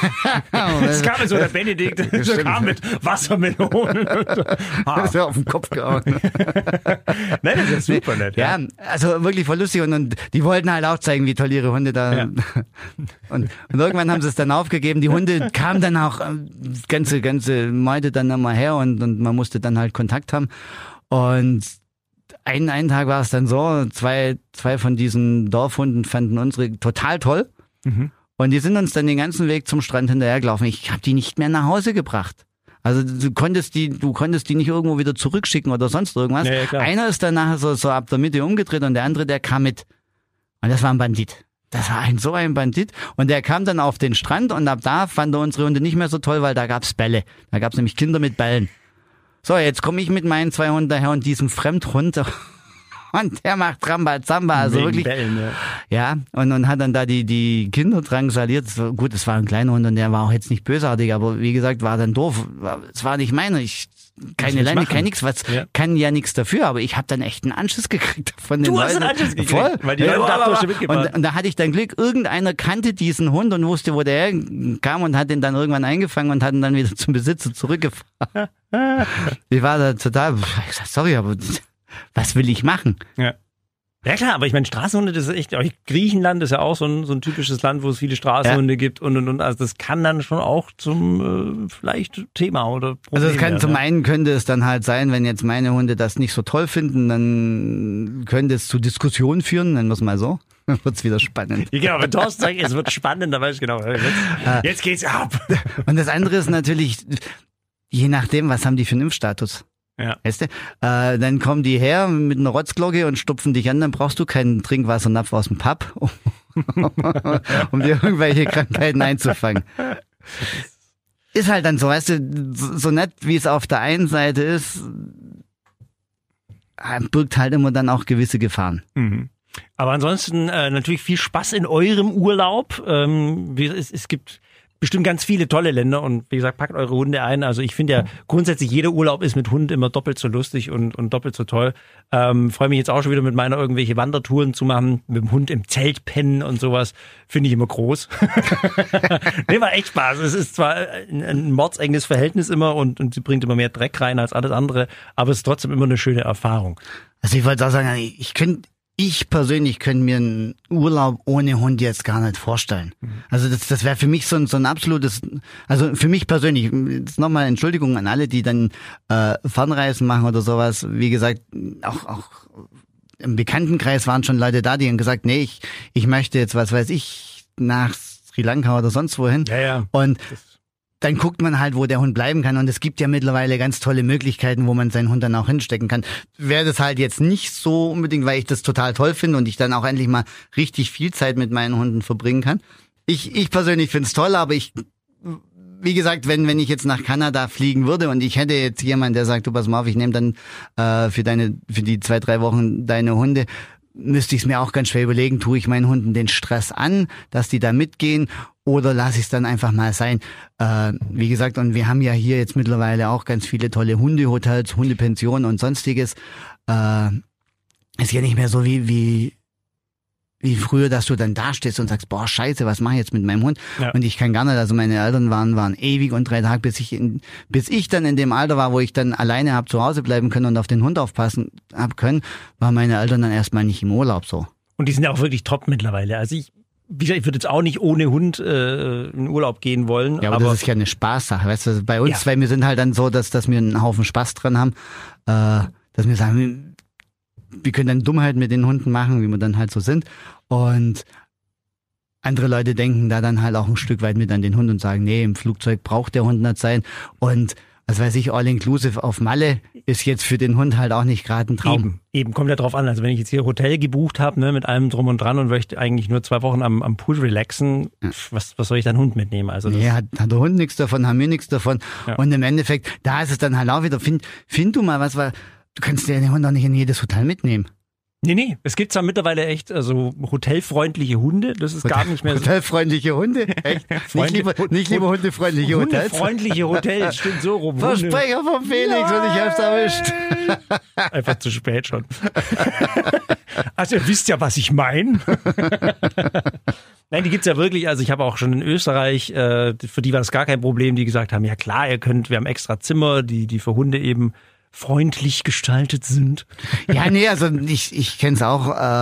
Es kam so der Benedikt, der kam mit Wassermelonen. Das ist ja auf den Kopf gehauen. Nein, das ist super nett. Ja, also wirklich voll lustig und die wollten halt auch zeigen, wie toll ihre Hunde da. Ja. Und irgendwann haben sie es dann aufgegeben. Die Hunde kamen dann auch ganze Meute dann immer her und man musste dann halt Kontakt haben. Und einen Tag war es dann so, zwei von diesen Dorfhunden fanden unsere total toll. Mhm. Und die sind uns dann den ganzen Weg zum Strand hinterhergelaufen. Ich habe die nicht mehr nach Hause gebracht. Also du konntest die nicht irgendwo wieder zurückschicken oder sonst irgendwas. Ja, einer ist dann nachher so ab der Mitte umgedreht und der andere, der kam mit. Und das war ein Bandit. Das war so ein Bandit. Und der kam dann auf den Strand und ab da fand er unsere Hunde nicht mehr so toll, weil da gab's Bälle. Da gab's nämlich Kinder mit Bällen. So, jetzt komme ich mit meinen 2 Hunden daher und diesem Fremdhund und der macht Rambazamba, also wegen wirklich. Bällen, ja, und hat dann da die Kinder drangsaliert. Gut, es war ein kleiner Hund und der war auch jetzt nicht bösartig, aber wie gesagt, war dann doof. Es war nicht meiner. Keine Leine, kein nix, kann ja nichts dafür, aber ich habe dann echt einen Anschiss gekriegt von den Leuten. Du hast einen Anschiss gekriegt, voll. Weil die Leute dachten, schon mitgebracht. Und da hatte ich dann Glück, irgendeiner kannte diesen Hund und wusste, wo der herkam und hat den dann irgendwann eingefangen und hat ihn dann wieder zum Besitzer zurückgefahren. Ich war da total, ich sag, sorry, aber was will ich machen? Ja. Ja klar, aber ich meine, Straßenhunde, das ist echt, Griechenland ist ja auch so ein typisches Land, wo es viele Straßenhunde gibt und. Also das kann dann schon auch zum vielleicht Thema oder Problem Also es kann werden, zum einen könnte es dann halt sein, wenn jetzt meine Hunde das nicht so toll finden, dann könnte es zu Diskussionen führen, nennen wir es mal so. Dann wird's wieder spannend. Ja, genau, wenn Thorsten sagt, es wird spannend, dann weiß ich genau, jetzt geht's ab. Und das andere ist natürlich, je nachdem, was haben die für einen Impfstatus? Ja. Weißt du? Dann kommen die her mit einer Rotzglocke und stupfen dich an, dann brauchst du keinen Trinkwassernapf aus dem Pub, um dir irgendwelche Krankheiten einzufangen. Ist halt dann so, weißt du, so nett, wie es auf der einen Seite ist, birgt halt immer dann auch gewisse Gefahren. Mhm. Aber ansonsten natürlich viel Spaß in eurem Urlaub. Es gibt bestimmt ganz viele tolle Länder und wie gesagt, packt eure Hunde ein. Also ich finde ja grundsätzlich jeder Urlaub ist mit Hund immer doppelt so lustig und doppelt so toll. Freue mich jetzt auch schon wieder mit meiner irgendwelche Wandertouren zu machen, mit dem Hund im Zelt pennen und sowas. Finde ich immer groß. Nee, war echt Spaß. Es ist zwar ein mordsenges Verhältnis immer und sie bringt immer mehr Dreck rein als alles andere, aber es ist trotzdem immer eine schöne Erfahrung. Also ich wollte auch sagen, ich persönlich könnte mir einen Urlaub ohne Hund jetzt gar nicht vorstellen. Also das wäre für mich so ein absolutes, also für mich persönlich, jetzt nochmal Entschuldigung an alle, die dann Fernreisen machen oder sowas. Wie gesagt, auch im Bekanntenkreis waren schon Leute da, die haben gesagt, nee, ich möchte jetzt, was weiß ich, nach Sri Lanka oder sonst wohin. Ja. Und dann guckt man halt, wo der Hund bleiben kann. Und es gibt ja mittlerweile ganz tolle Möglichkeiten, wo man seinen Hund dann auch hinstecken kann. Wäre das halt jetzt nicht so unbedingt, weil ich das total toll finde und ich dann auch endlich mal richtig viel Zeit mit meinen Hunden verbringen kann. Ich persönlich finde es toll, aber wie gesagt, wenn ich jetzt nach Kanada fliegen würde und ich hätte jetzt jemanden, der sagt, du pass mal auf, ich nehme dann für die 2-3 Wochen deine Hunde, müsste ich es mir auch ganz schwer überlegen, tue ich meinen Hunden den Stress an, dass die da mitgehen oder lasse ich es dann einfach mal sein. Wie gesagt, und wir haben ja hier jetzt mittlerweile auch ganz viele tolle Hundehotels, Hundepensionen und sonstiges. Ist ja nicht mehr so wie früher, dass du dann da stehst und sagst, boah, scheiße, was mache ich jetzt mit meinem Hund? Ja. Und ich kann gar nicht, also meine Eltern waren ewig und 3 Tage, bis ich dann in dem Alter war, wo ich dann alleine habe zu Hause bleiben können und auf den Hund aufpassen hab können, waren meine Eltern dann erstmal nicht im Urlaub so. Und die sind ja auch wirklich top mittlerweile. Also ich würde jetzt auch nicht ohne Hund in Urlaub gehen wollen. Ja, aber das ist ja eine Spaßsache, weißt du, bei uns, weil wir sind halt dann so, dass wir einen Haufen Spaß dran haben, dass wir sagen, wir können dann Dummheiten mit den Hunden machen, wie wir dann halt so sind. Und andere Leute denken da dann halt auch ein Stück weit mit an den Hund und sagen, nee, im Flugzeug braucht der Hund nicht sein. Und was weiß ich, All-Inclusive auf Malle ist jetzt für den Hund halt auch nicht gerade ein Traum. Eben, kommt ja drauf an. Also wenn ich jetzt hier Hotel gebucht habe, ne, mit allem drum und dran und möchte eigentlich nur 2 Wochen am Pool relaxen, was soll ich dann Hund mitnehmen? Also nee, hat der Hund nichts davon, haben wir nichts davon. Ja. Und im Endeffekt, da ist es dann halt auch wieder, find du mal was, weil du kannst den Hund auch nicht in jedes Hotel mitnehmen. Nee. Es gibt zwar mittlerweile echt hotelfreundliche Hunde, das ist gar nicht mehr so. Hotelfreundliche Hunde? Echt? Nicht lieber hundefreundliche Hotels? Hundefreundliche Hotels, stimmt so rum. Versprecher vom Felix und ich hab's erwischt. Einfach zu spät schon. Also ihr wisst ja, was ich meine. Nein, die gibt's ja wirklich. Also ich habe auch schon in Österreich, für die war das gar kein Problem, die gesagt haben, ja klar, wir haben extra Zimmer, die für Hunde eben freundlich gestaltet sind. Ja, nee, also ich kenn's auch,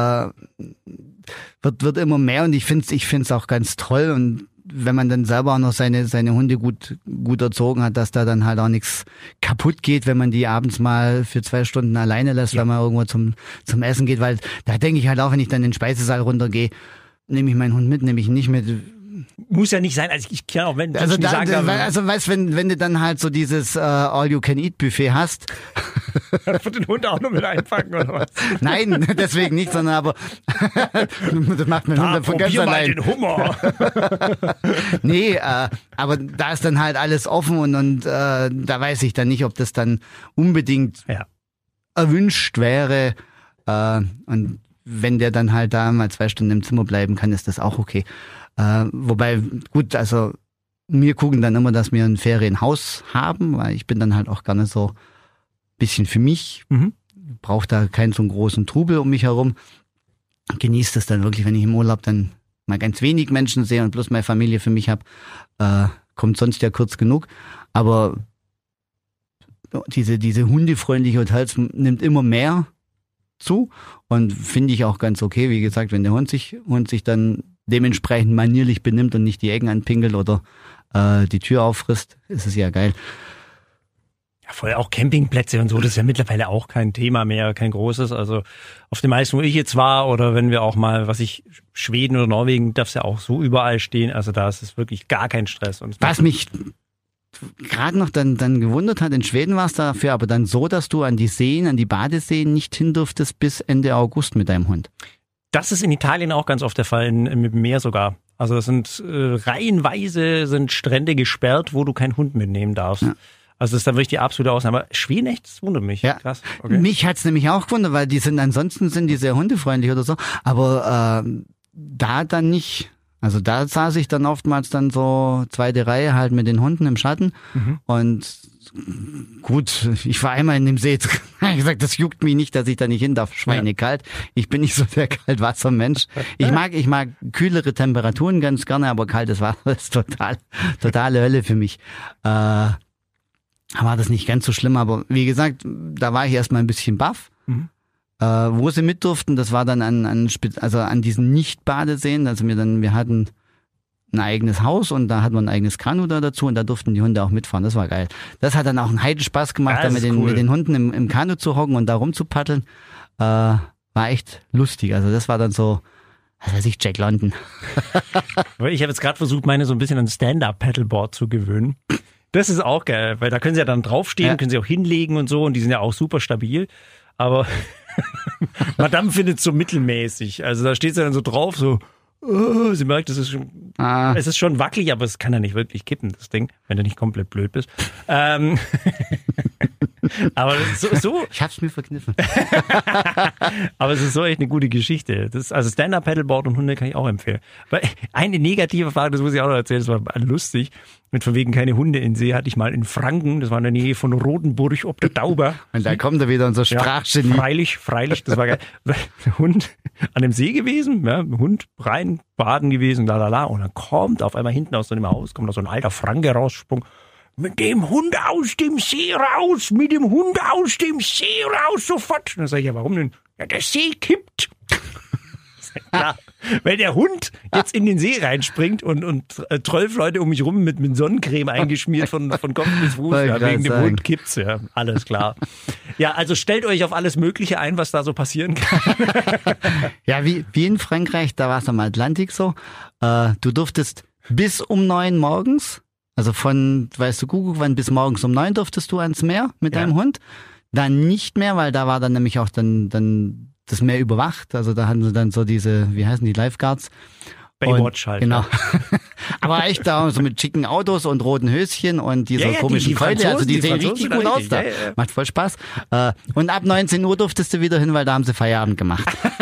wird immer mehr und ich find's auch ganz toll und wenn man dann selber auch noch seine Hunde gut erzogen hat, dass da dann halt auch nichts kaputt geht, wenn man die abends mal für 2 Stunden alleine lässt, wenn man irgendwo zum Essen geht, weil da denke ich halt auch, wenn ich dann in den Speisesaal runtergehe, nehme ich meinen Hund mit, nehme ich ihn nicht mit. Muss ja nicht sein, also ich kann auch, wenn also weißt, wenn du dann halt so dieses All-You-Can-Eat-Buffet hast. Für den Hund auch noch mit einpacken, oder was? Nein, deswegen nicht, sondern aber das macht mein Hund dann von ganz allein. Den Hummer. Nee, aber da ist dann halt alles offen und da weiß ich dann nicht, ob das dann unbedingt erwünscht wäre. Und wenn der dann halt da mal 2 Stunden im Zimmer bleiben kann, ist das auch okay. Wobei, gut, also wir gucken dann immer, dass wir ein Ferienhaus haben, weil ich bin dann halt auch gerne so ein bisschen für mich, brauche da keinen so einen großen Trubel um mich herum, genieße das dann wirklich, wenn ich im Urlaub dann mal ganz wenig Menschen sehe und bloß meine Familie für mich habe, kommt sonst ja kurz genug, aber diese hundefreundliche Hotels nimmt immer mehr zu und finde ich auch ganz okay, wie gesagt, wenn der Hund sich dann dementsprechend manierlich benimmt und nicht die Ecken anpinkelt oder die Tür auffrisst, ist es ja geil. Ja, voll auch Campingplätze und so, das ist ja mittlerweile auch kein Thema mehr, kein großes. Also auf den meisten, wo ich jetzt war oder wenn wir auch mal, Schweden oder Norwegen, darf es ja auch so überall stehen. Also da ist es wirklich gar kein Stress. Und was mich gerade noch dann gewundert hat, in Schweden war es dafür aber dann so, dass du an die Badeseen nicht hin durftest bis Ende August mit deinem Hund. Das ist in Italien auch ganz oft der Fall, mit dem Meer sogar. Also das sind reihenweise sind Strände gesperrt, wo du keinen Hund mitnehmen darfst. Ja. Also das ist dann wirklich die absolute Ausnahme. Aber Schweden echt, das wundert mich. Ja. Krass. Okay. Mich hat's nämlich auch gewundert, weil ansonsten sind die sehr hundefreundlich oder so. Aber da dann nicht. Also da saß ich dann oftmals dann so zweite Reihe halt mit den Hunden im Schatten und gut, ich war einmal in dem See, ich habe gesagt, das juckt mich nicht, dass ich da nicht hin darf, schweinekalt. Ich bin nicht so der Kaltwassermensch. Ich mag kühlere Temperaturen ganz gerne, aber kaltes Wasser ist totale Hölle für mich. War das nicht ganz so schlimm, aber wie gesagt, da war ich erstmal ein bisschen baff. Wo sie mit durften, das war dann an diesen Nicht-Badeseen, also wir hatten ein eigenes Haus und da hatten wir ein eigenes Kanu da dazu und da durften die Hunde auch mitfahren. Das war geil. Das hat dann auch einen Heidenspaß gemacht, da mit den Hunden im Kanu zu hocken und da rumzupaddeln. War echt lustig. Also das war dann so, was weiß ich, Jack London. Ich habe jetzt gerade versucht, meine so ein bisschen an Stand-Up-Paddleboard zu gewöhnen. Das ist auch geil, weil da können sie ja dann draufstehen, können sie auch hinlegen und so und die sind ja auch super stabil. Aber Madame findet es so mittelmäßig. Also da steht sie dann so drauf, so, sie merkt, es ist schon wackelig, aber es kann ja nicht wirklich kippen, das Ding, wenn du nicht komplett blöd bist. Aber so. Ich hab's mir verkniffen. Aber es ist so echt eine gute Geschichte. Also Stand-Up-Paddleboard und Hunde kann ich auch empfehlen. Weil eine negative Frage, das muss ich auch noch erzählen, das war lustig. Mit von wegen keine Hunde in See hatte ich mal in Franken, das war in der Nähe von Rodenburg ob der Dauber. Und da kommt er wieder unser Sprachgenie. Freilich, das war geil. Der Hund an dem See gewesen, Hund rein, baden gewesen, und dann kommt auf einmal hinten aus so einem Haus, kommt da so ein alter Franke raussprung. Mit dem Hund aus dem See raus, sofort. Und dann sage ich, ja, warum denn? Ja, der See kippt. Klar, weil der Hund jetzt in den See reinspringt und 12 Leute um mich rum mit Sonnencreme eingeschmiert von Kopf bis Fuß. Ja, wegen dem Hund kippt's, ja, alles klar. Ja, also stellt euch auf alles Mögliche ein, was da so passieren kann. Ja, wie in Frankreich, da war es am Atlantik so. Du durftest bis um 9 morgens, also von, weißt du, Kuckuck, wann bis morgens um 9 durftest du ans Meer mit deinem Hund. Dann nicht mehr, weil da war dann nämlich auch dann das Meer überwacht. Also da hatten sie dann so diese, wie heißen die, Lifeguards. Baywatch halt. Genau. Aber echt da so mit schicken Autos und roten Höschen und dieser komischen Keule. Also die sehen richtig gut aus da. Macht voll Spaß. Und ab 19 Uhr durftest du wieder hin, weil da haben sie Feierabend gemacht.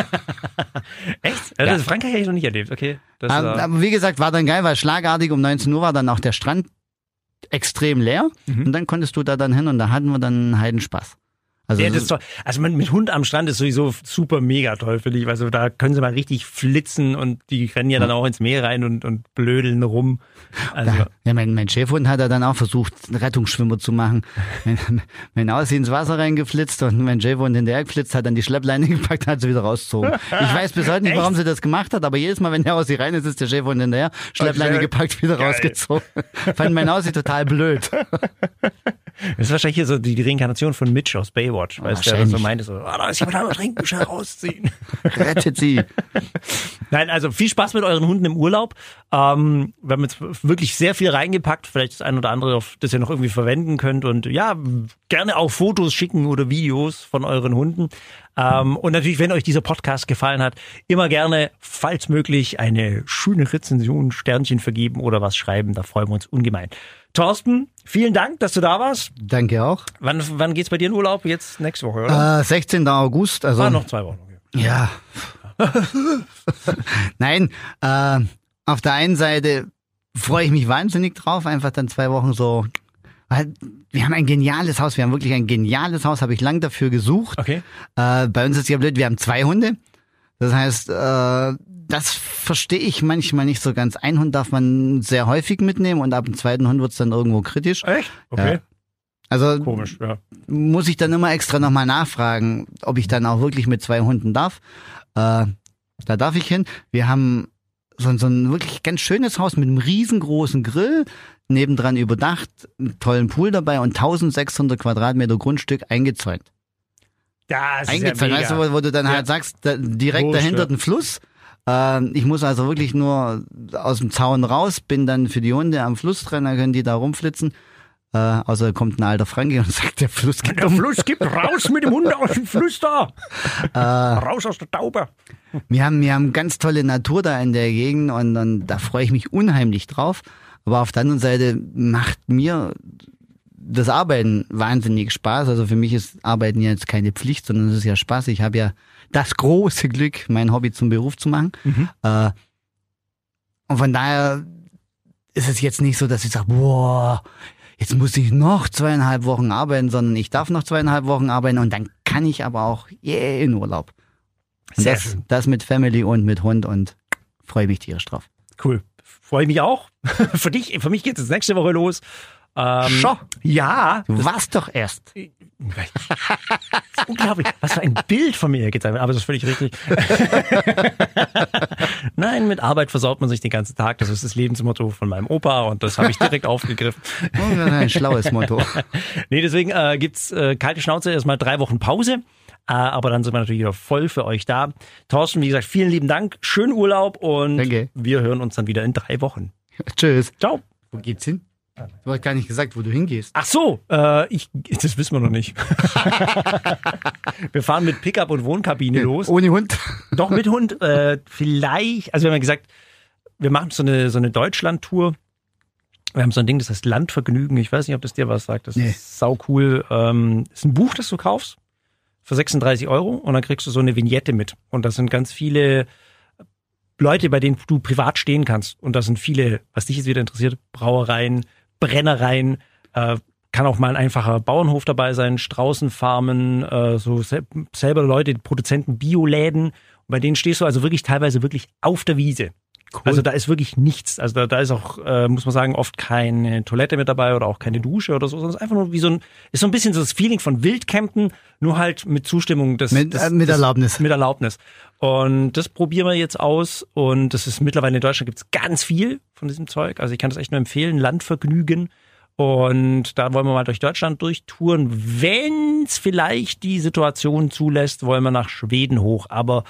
Echt? Also das Frankreich habe ich noch nicht erlebt. Okay. Aber wie gesagt, war dann geil, weil schlagartig um 19 Uhr war dann auch der Strand extrem leer. Und dann konntest du da dann hin und da hatten wir dann einen Heidenspaß. Also, das ist toll. Also mit Hund am Strand ist sowieso super mega toll, finde ich. Also da können sie mal richtig flitzen und die rennen ja dann auch ins Meer rein und blödeln rum. Also ja, mein Schäferhund hat ja dann auch versucht, einen Rettungsschwimmer zu machen. Wenn Aussie ins Wasser reingeflitzt und mein Schäferhund hinterher geflitzt, hat dann die Schleppleine gepackt und hat sie wieder rausgezogen. Ich weiß bis heute nicht, warum sie das gemacht hat, aber jedes Mal, wenn der Aussie rein ist, ist der Schäferhund hinterher, Schleppleine gepackt, wieder rausgezogen. Fand mein Aussie total blöd. Das ist wahrscheinlich hier so die Reinkarnation von Mitch aus Baywatch, weißt du, der so meinte, so, da ist jemand, da trinken, schnell rausziehen. Rettet sie. Nein, also viel Spaß mit euren Hunden im Urlaub. Wir haben jetzt wirklich sehr viel reingepackt, vielleicht das ein oder andere, das ihr noch irgendwie verwenden könnt und ja, gerne auch Fotos schicken oder Videos von euren Hunden. Und natürlich, wenn euch dieser Podcast gefallen hat, immer gerne, falls möglich, eine schöne Rezension, Sternchen vergeben oder was schreiben, da freuen wir uns ungemein. Thorsten, vielen Dank, dass du da warst. Danke auch. Wann geht's bei dir in Urlaub? Jetzt nächste Woche, oder? 16. August. Also noch 2 Wochen. Okay. Ja. Nein, auf der einen Seite freue ich mich wahnsinnig drauf, einfach dann 2 Wochen so. Weil wir haben ein geniales Haus, wir haben wirklich ein geniales Haus, habe ich lang dafür gesucht. Okay. Bei uns ist ja blöd, wir haben 2 Hunde. Das heißt, das verstehe ich manchmal nicht so ganz. Einen Hund darf man sehr häufig mitnehmen und ab dem zweiten Hund wird es dann irgendwo kritisch. Echt? Okay. Ja. Also komisch, ja. Muss ich dann immer extra nochmal nachfragen, ob ich dann auch wirklich mit 2 Hunden darf. Da darf ich hin. Wir haben so ein wirklich ganz schönes Haus mit einem riesengroßen Grill, nebendran überdacht, einen tollen Pool dabei und 1600 Quadratmeter Grundstück eingezäunt. Das eingezäunt, ja weißt du, wo du dann halt sagst, direkt dahinter ein Fluss. Ich muss also wirklich nur aus dem Zaun raus, bin dann für die Hunde am Fluss dran, dann können die da rumflitzen. Außer kommt ein alter Franke und sagt, der Fluss gibt raus mit dem Hund aus dem Fluss da. Raus aus der Taube. Wir haben ganz tolle Natur da in der Gegend und da freue ich mich unheimlich drauf. Aber auf der anderen Seite macht mir das Arbeiten wahnsinnig Spaß. Also für mich ist Arbeiten ja jetzt keine Pflicht, sondern es ist ja Spaß. Ich habe ja das große Glück, mein Hobby zum Beruf zu machen. Und von daher ist es jetzt nicht so, dass ich sage, boah, jetzt muss ich noch 2,5 Wochen arbeiten, sondern ich darf noch 2,5 Wochen arbeiten und dann kann ich aber auch in Urlaub. Sehr schön. Das mit Family und mit Hund und freue mich tierisch drauf. Cool. Freue mich auch. Für mich geht es nächste Woche los. Schon? Ja. Du warst doch erst. Das ist unglaublich. Was für ein Bild von mir gezeigt wird. Aber das ist völlig richtig. Nein, mit Arbeit versaut man sich den ganzen Tag. Das ist das Lebensmotto von meinem Opa und das habe ich direkt aufgegriffen. Oh, ein schlaues Motto. Nee, deswegen gibt's kalte Schnauze, erstmal 3 Wochen Pause. Aber dann sind wir natürlich wieder voll für euch da. Thorsten, wie gesagt, vielen lieben Dank. Schönen Urlaub und Danke. Wir hören uns dann wieder in 3 Wochen. Tschüss. Ciao. Wo geht's hin? Du hast gar nicht gesagt, wo du hingehst. Ach so, das wissen wir noch nicht. Wir fahren mit Pickup und Wohnkabine los. Ohne Hund? Doch, mit Hund. Vielleicht, also wir haben ja gesagt, wir machen so eine Deutschland-Tour. Wir haben so ein Ding, das heißt Landvergnügen. Ich weiß nicht, ob das dir was sagt. Das ist sau cool. Ist ein Buch, das du kaufst für 36 € und dann kriegst du so eine Vignette mit. Und das sind ganz viele Leute, bei denen du privat stehen kannst. Und das sind viele, was dich jetzt wieder interessiert, Brauereien, Brennereien, kann auch mal ein einfacher Bauernhof dabei sein, Straußenfarmen, so selber Leute, Produzenten, Bioläden. Und bei denen stehst du also wirklich teilweise wirklich auf der Wiese. Cool. Also da ist wirklich nichts. Also da ist auch, muss man sagen, oft keine Toilette mit dabei oder auch keine Dusche oder so, sondern es ist einfach nur wie ist so ein bisschen so das Feeling von Wildcampen, nur halt mit Zustimmung mit Erlaubnis. Mit Erlaubnis. Und das probieren wir jetzt aus und das ist mittlerweile in Deutschland gibt's ganz viel von diesem Zeug. Also ich kann das echt nur empfehlen, Landvergnügen. Und da wollen wir mal durch Deutschland durchtouren. Wenn's vielleicht die Situation zulässt, wollen wir nach Schweden hoch. Aber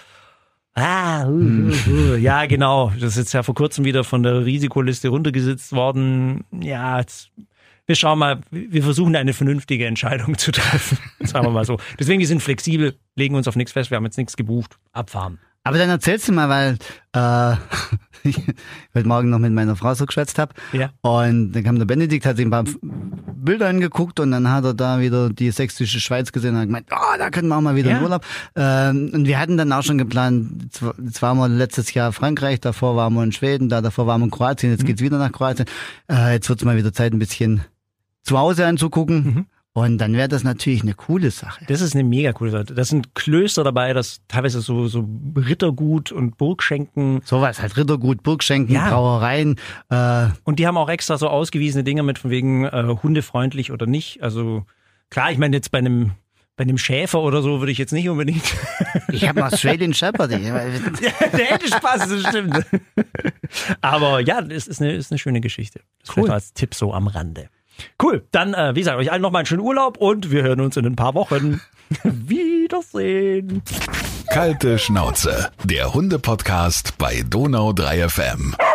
ja, genau. Das ist jetzt ja vor kurzem wieder von der Risikoliste runtergesetzt worden. Ja, wir schauen mal, wir versuchen eine vernünftige Entscheidung zu treffen. Sagen wir mal so. Deswegen, wir sind flexibel, legen uns auf nichts fest, wir haben jetzt nichts gebucht. Abfahren. Aber dann erzählst du mal, weil ich heute Morgen noch mit meiner Frau so geschwätzt habe. Ja. Und dann kam der Benedikt, hat sich ein paar Bilder angeguckt und dann hat er da wieder die sächsische Schweiz gesehen und hat gemeint, da können wir auch mal wieder in Urlaub. Und wir hatten dann auch schon geplant, jetzt waren wir letztes Jahr Frankreich, davor waren wir in Schweden, davor waren wir in Kroatien, jetzt geht's wieder nach Kroatien. Jetzt wird's mal wieder Zeit, ein bisschen zu Hause anzugucken. Und dann wäre das natürlich eine coole Sache. Das ist eine mega coole Sache. Das sind Klöster dabei, das teilweise so Rittergut und Burgschenken. Sowas halt, Rittergut, Burgschenken, Brauereien. Und die haben auch extra so ausgewiesene Dinge mit von wegen hundefreundlich oder nicht. Also klar, ich meine jetzt bei einem Schäfer oder so würde ich jetzt nicht unbedingt. Ich habe mal Australian Shepherd. Der hätte Spaß, das stimmt. Aber ja, das ist eine schöne Geschichte. Das vielleicht noch als Tipp so am Rande. Cool, dann, wie gesagt, euch allen nochmal einen schönen Urlaub und wir hören uns in ein paar Wochen. Wiedersehen. Kalte Schnauze, der Hunde-Podcast bei Donau 3 FM.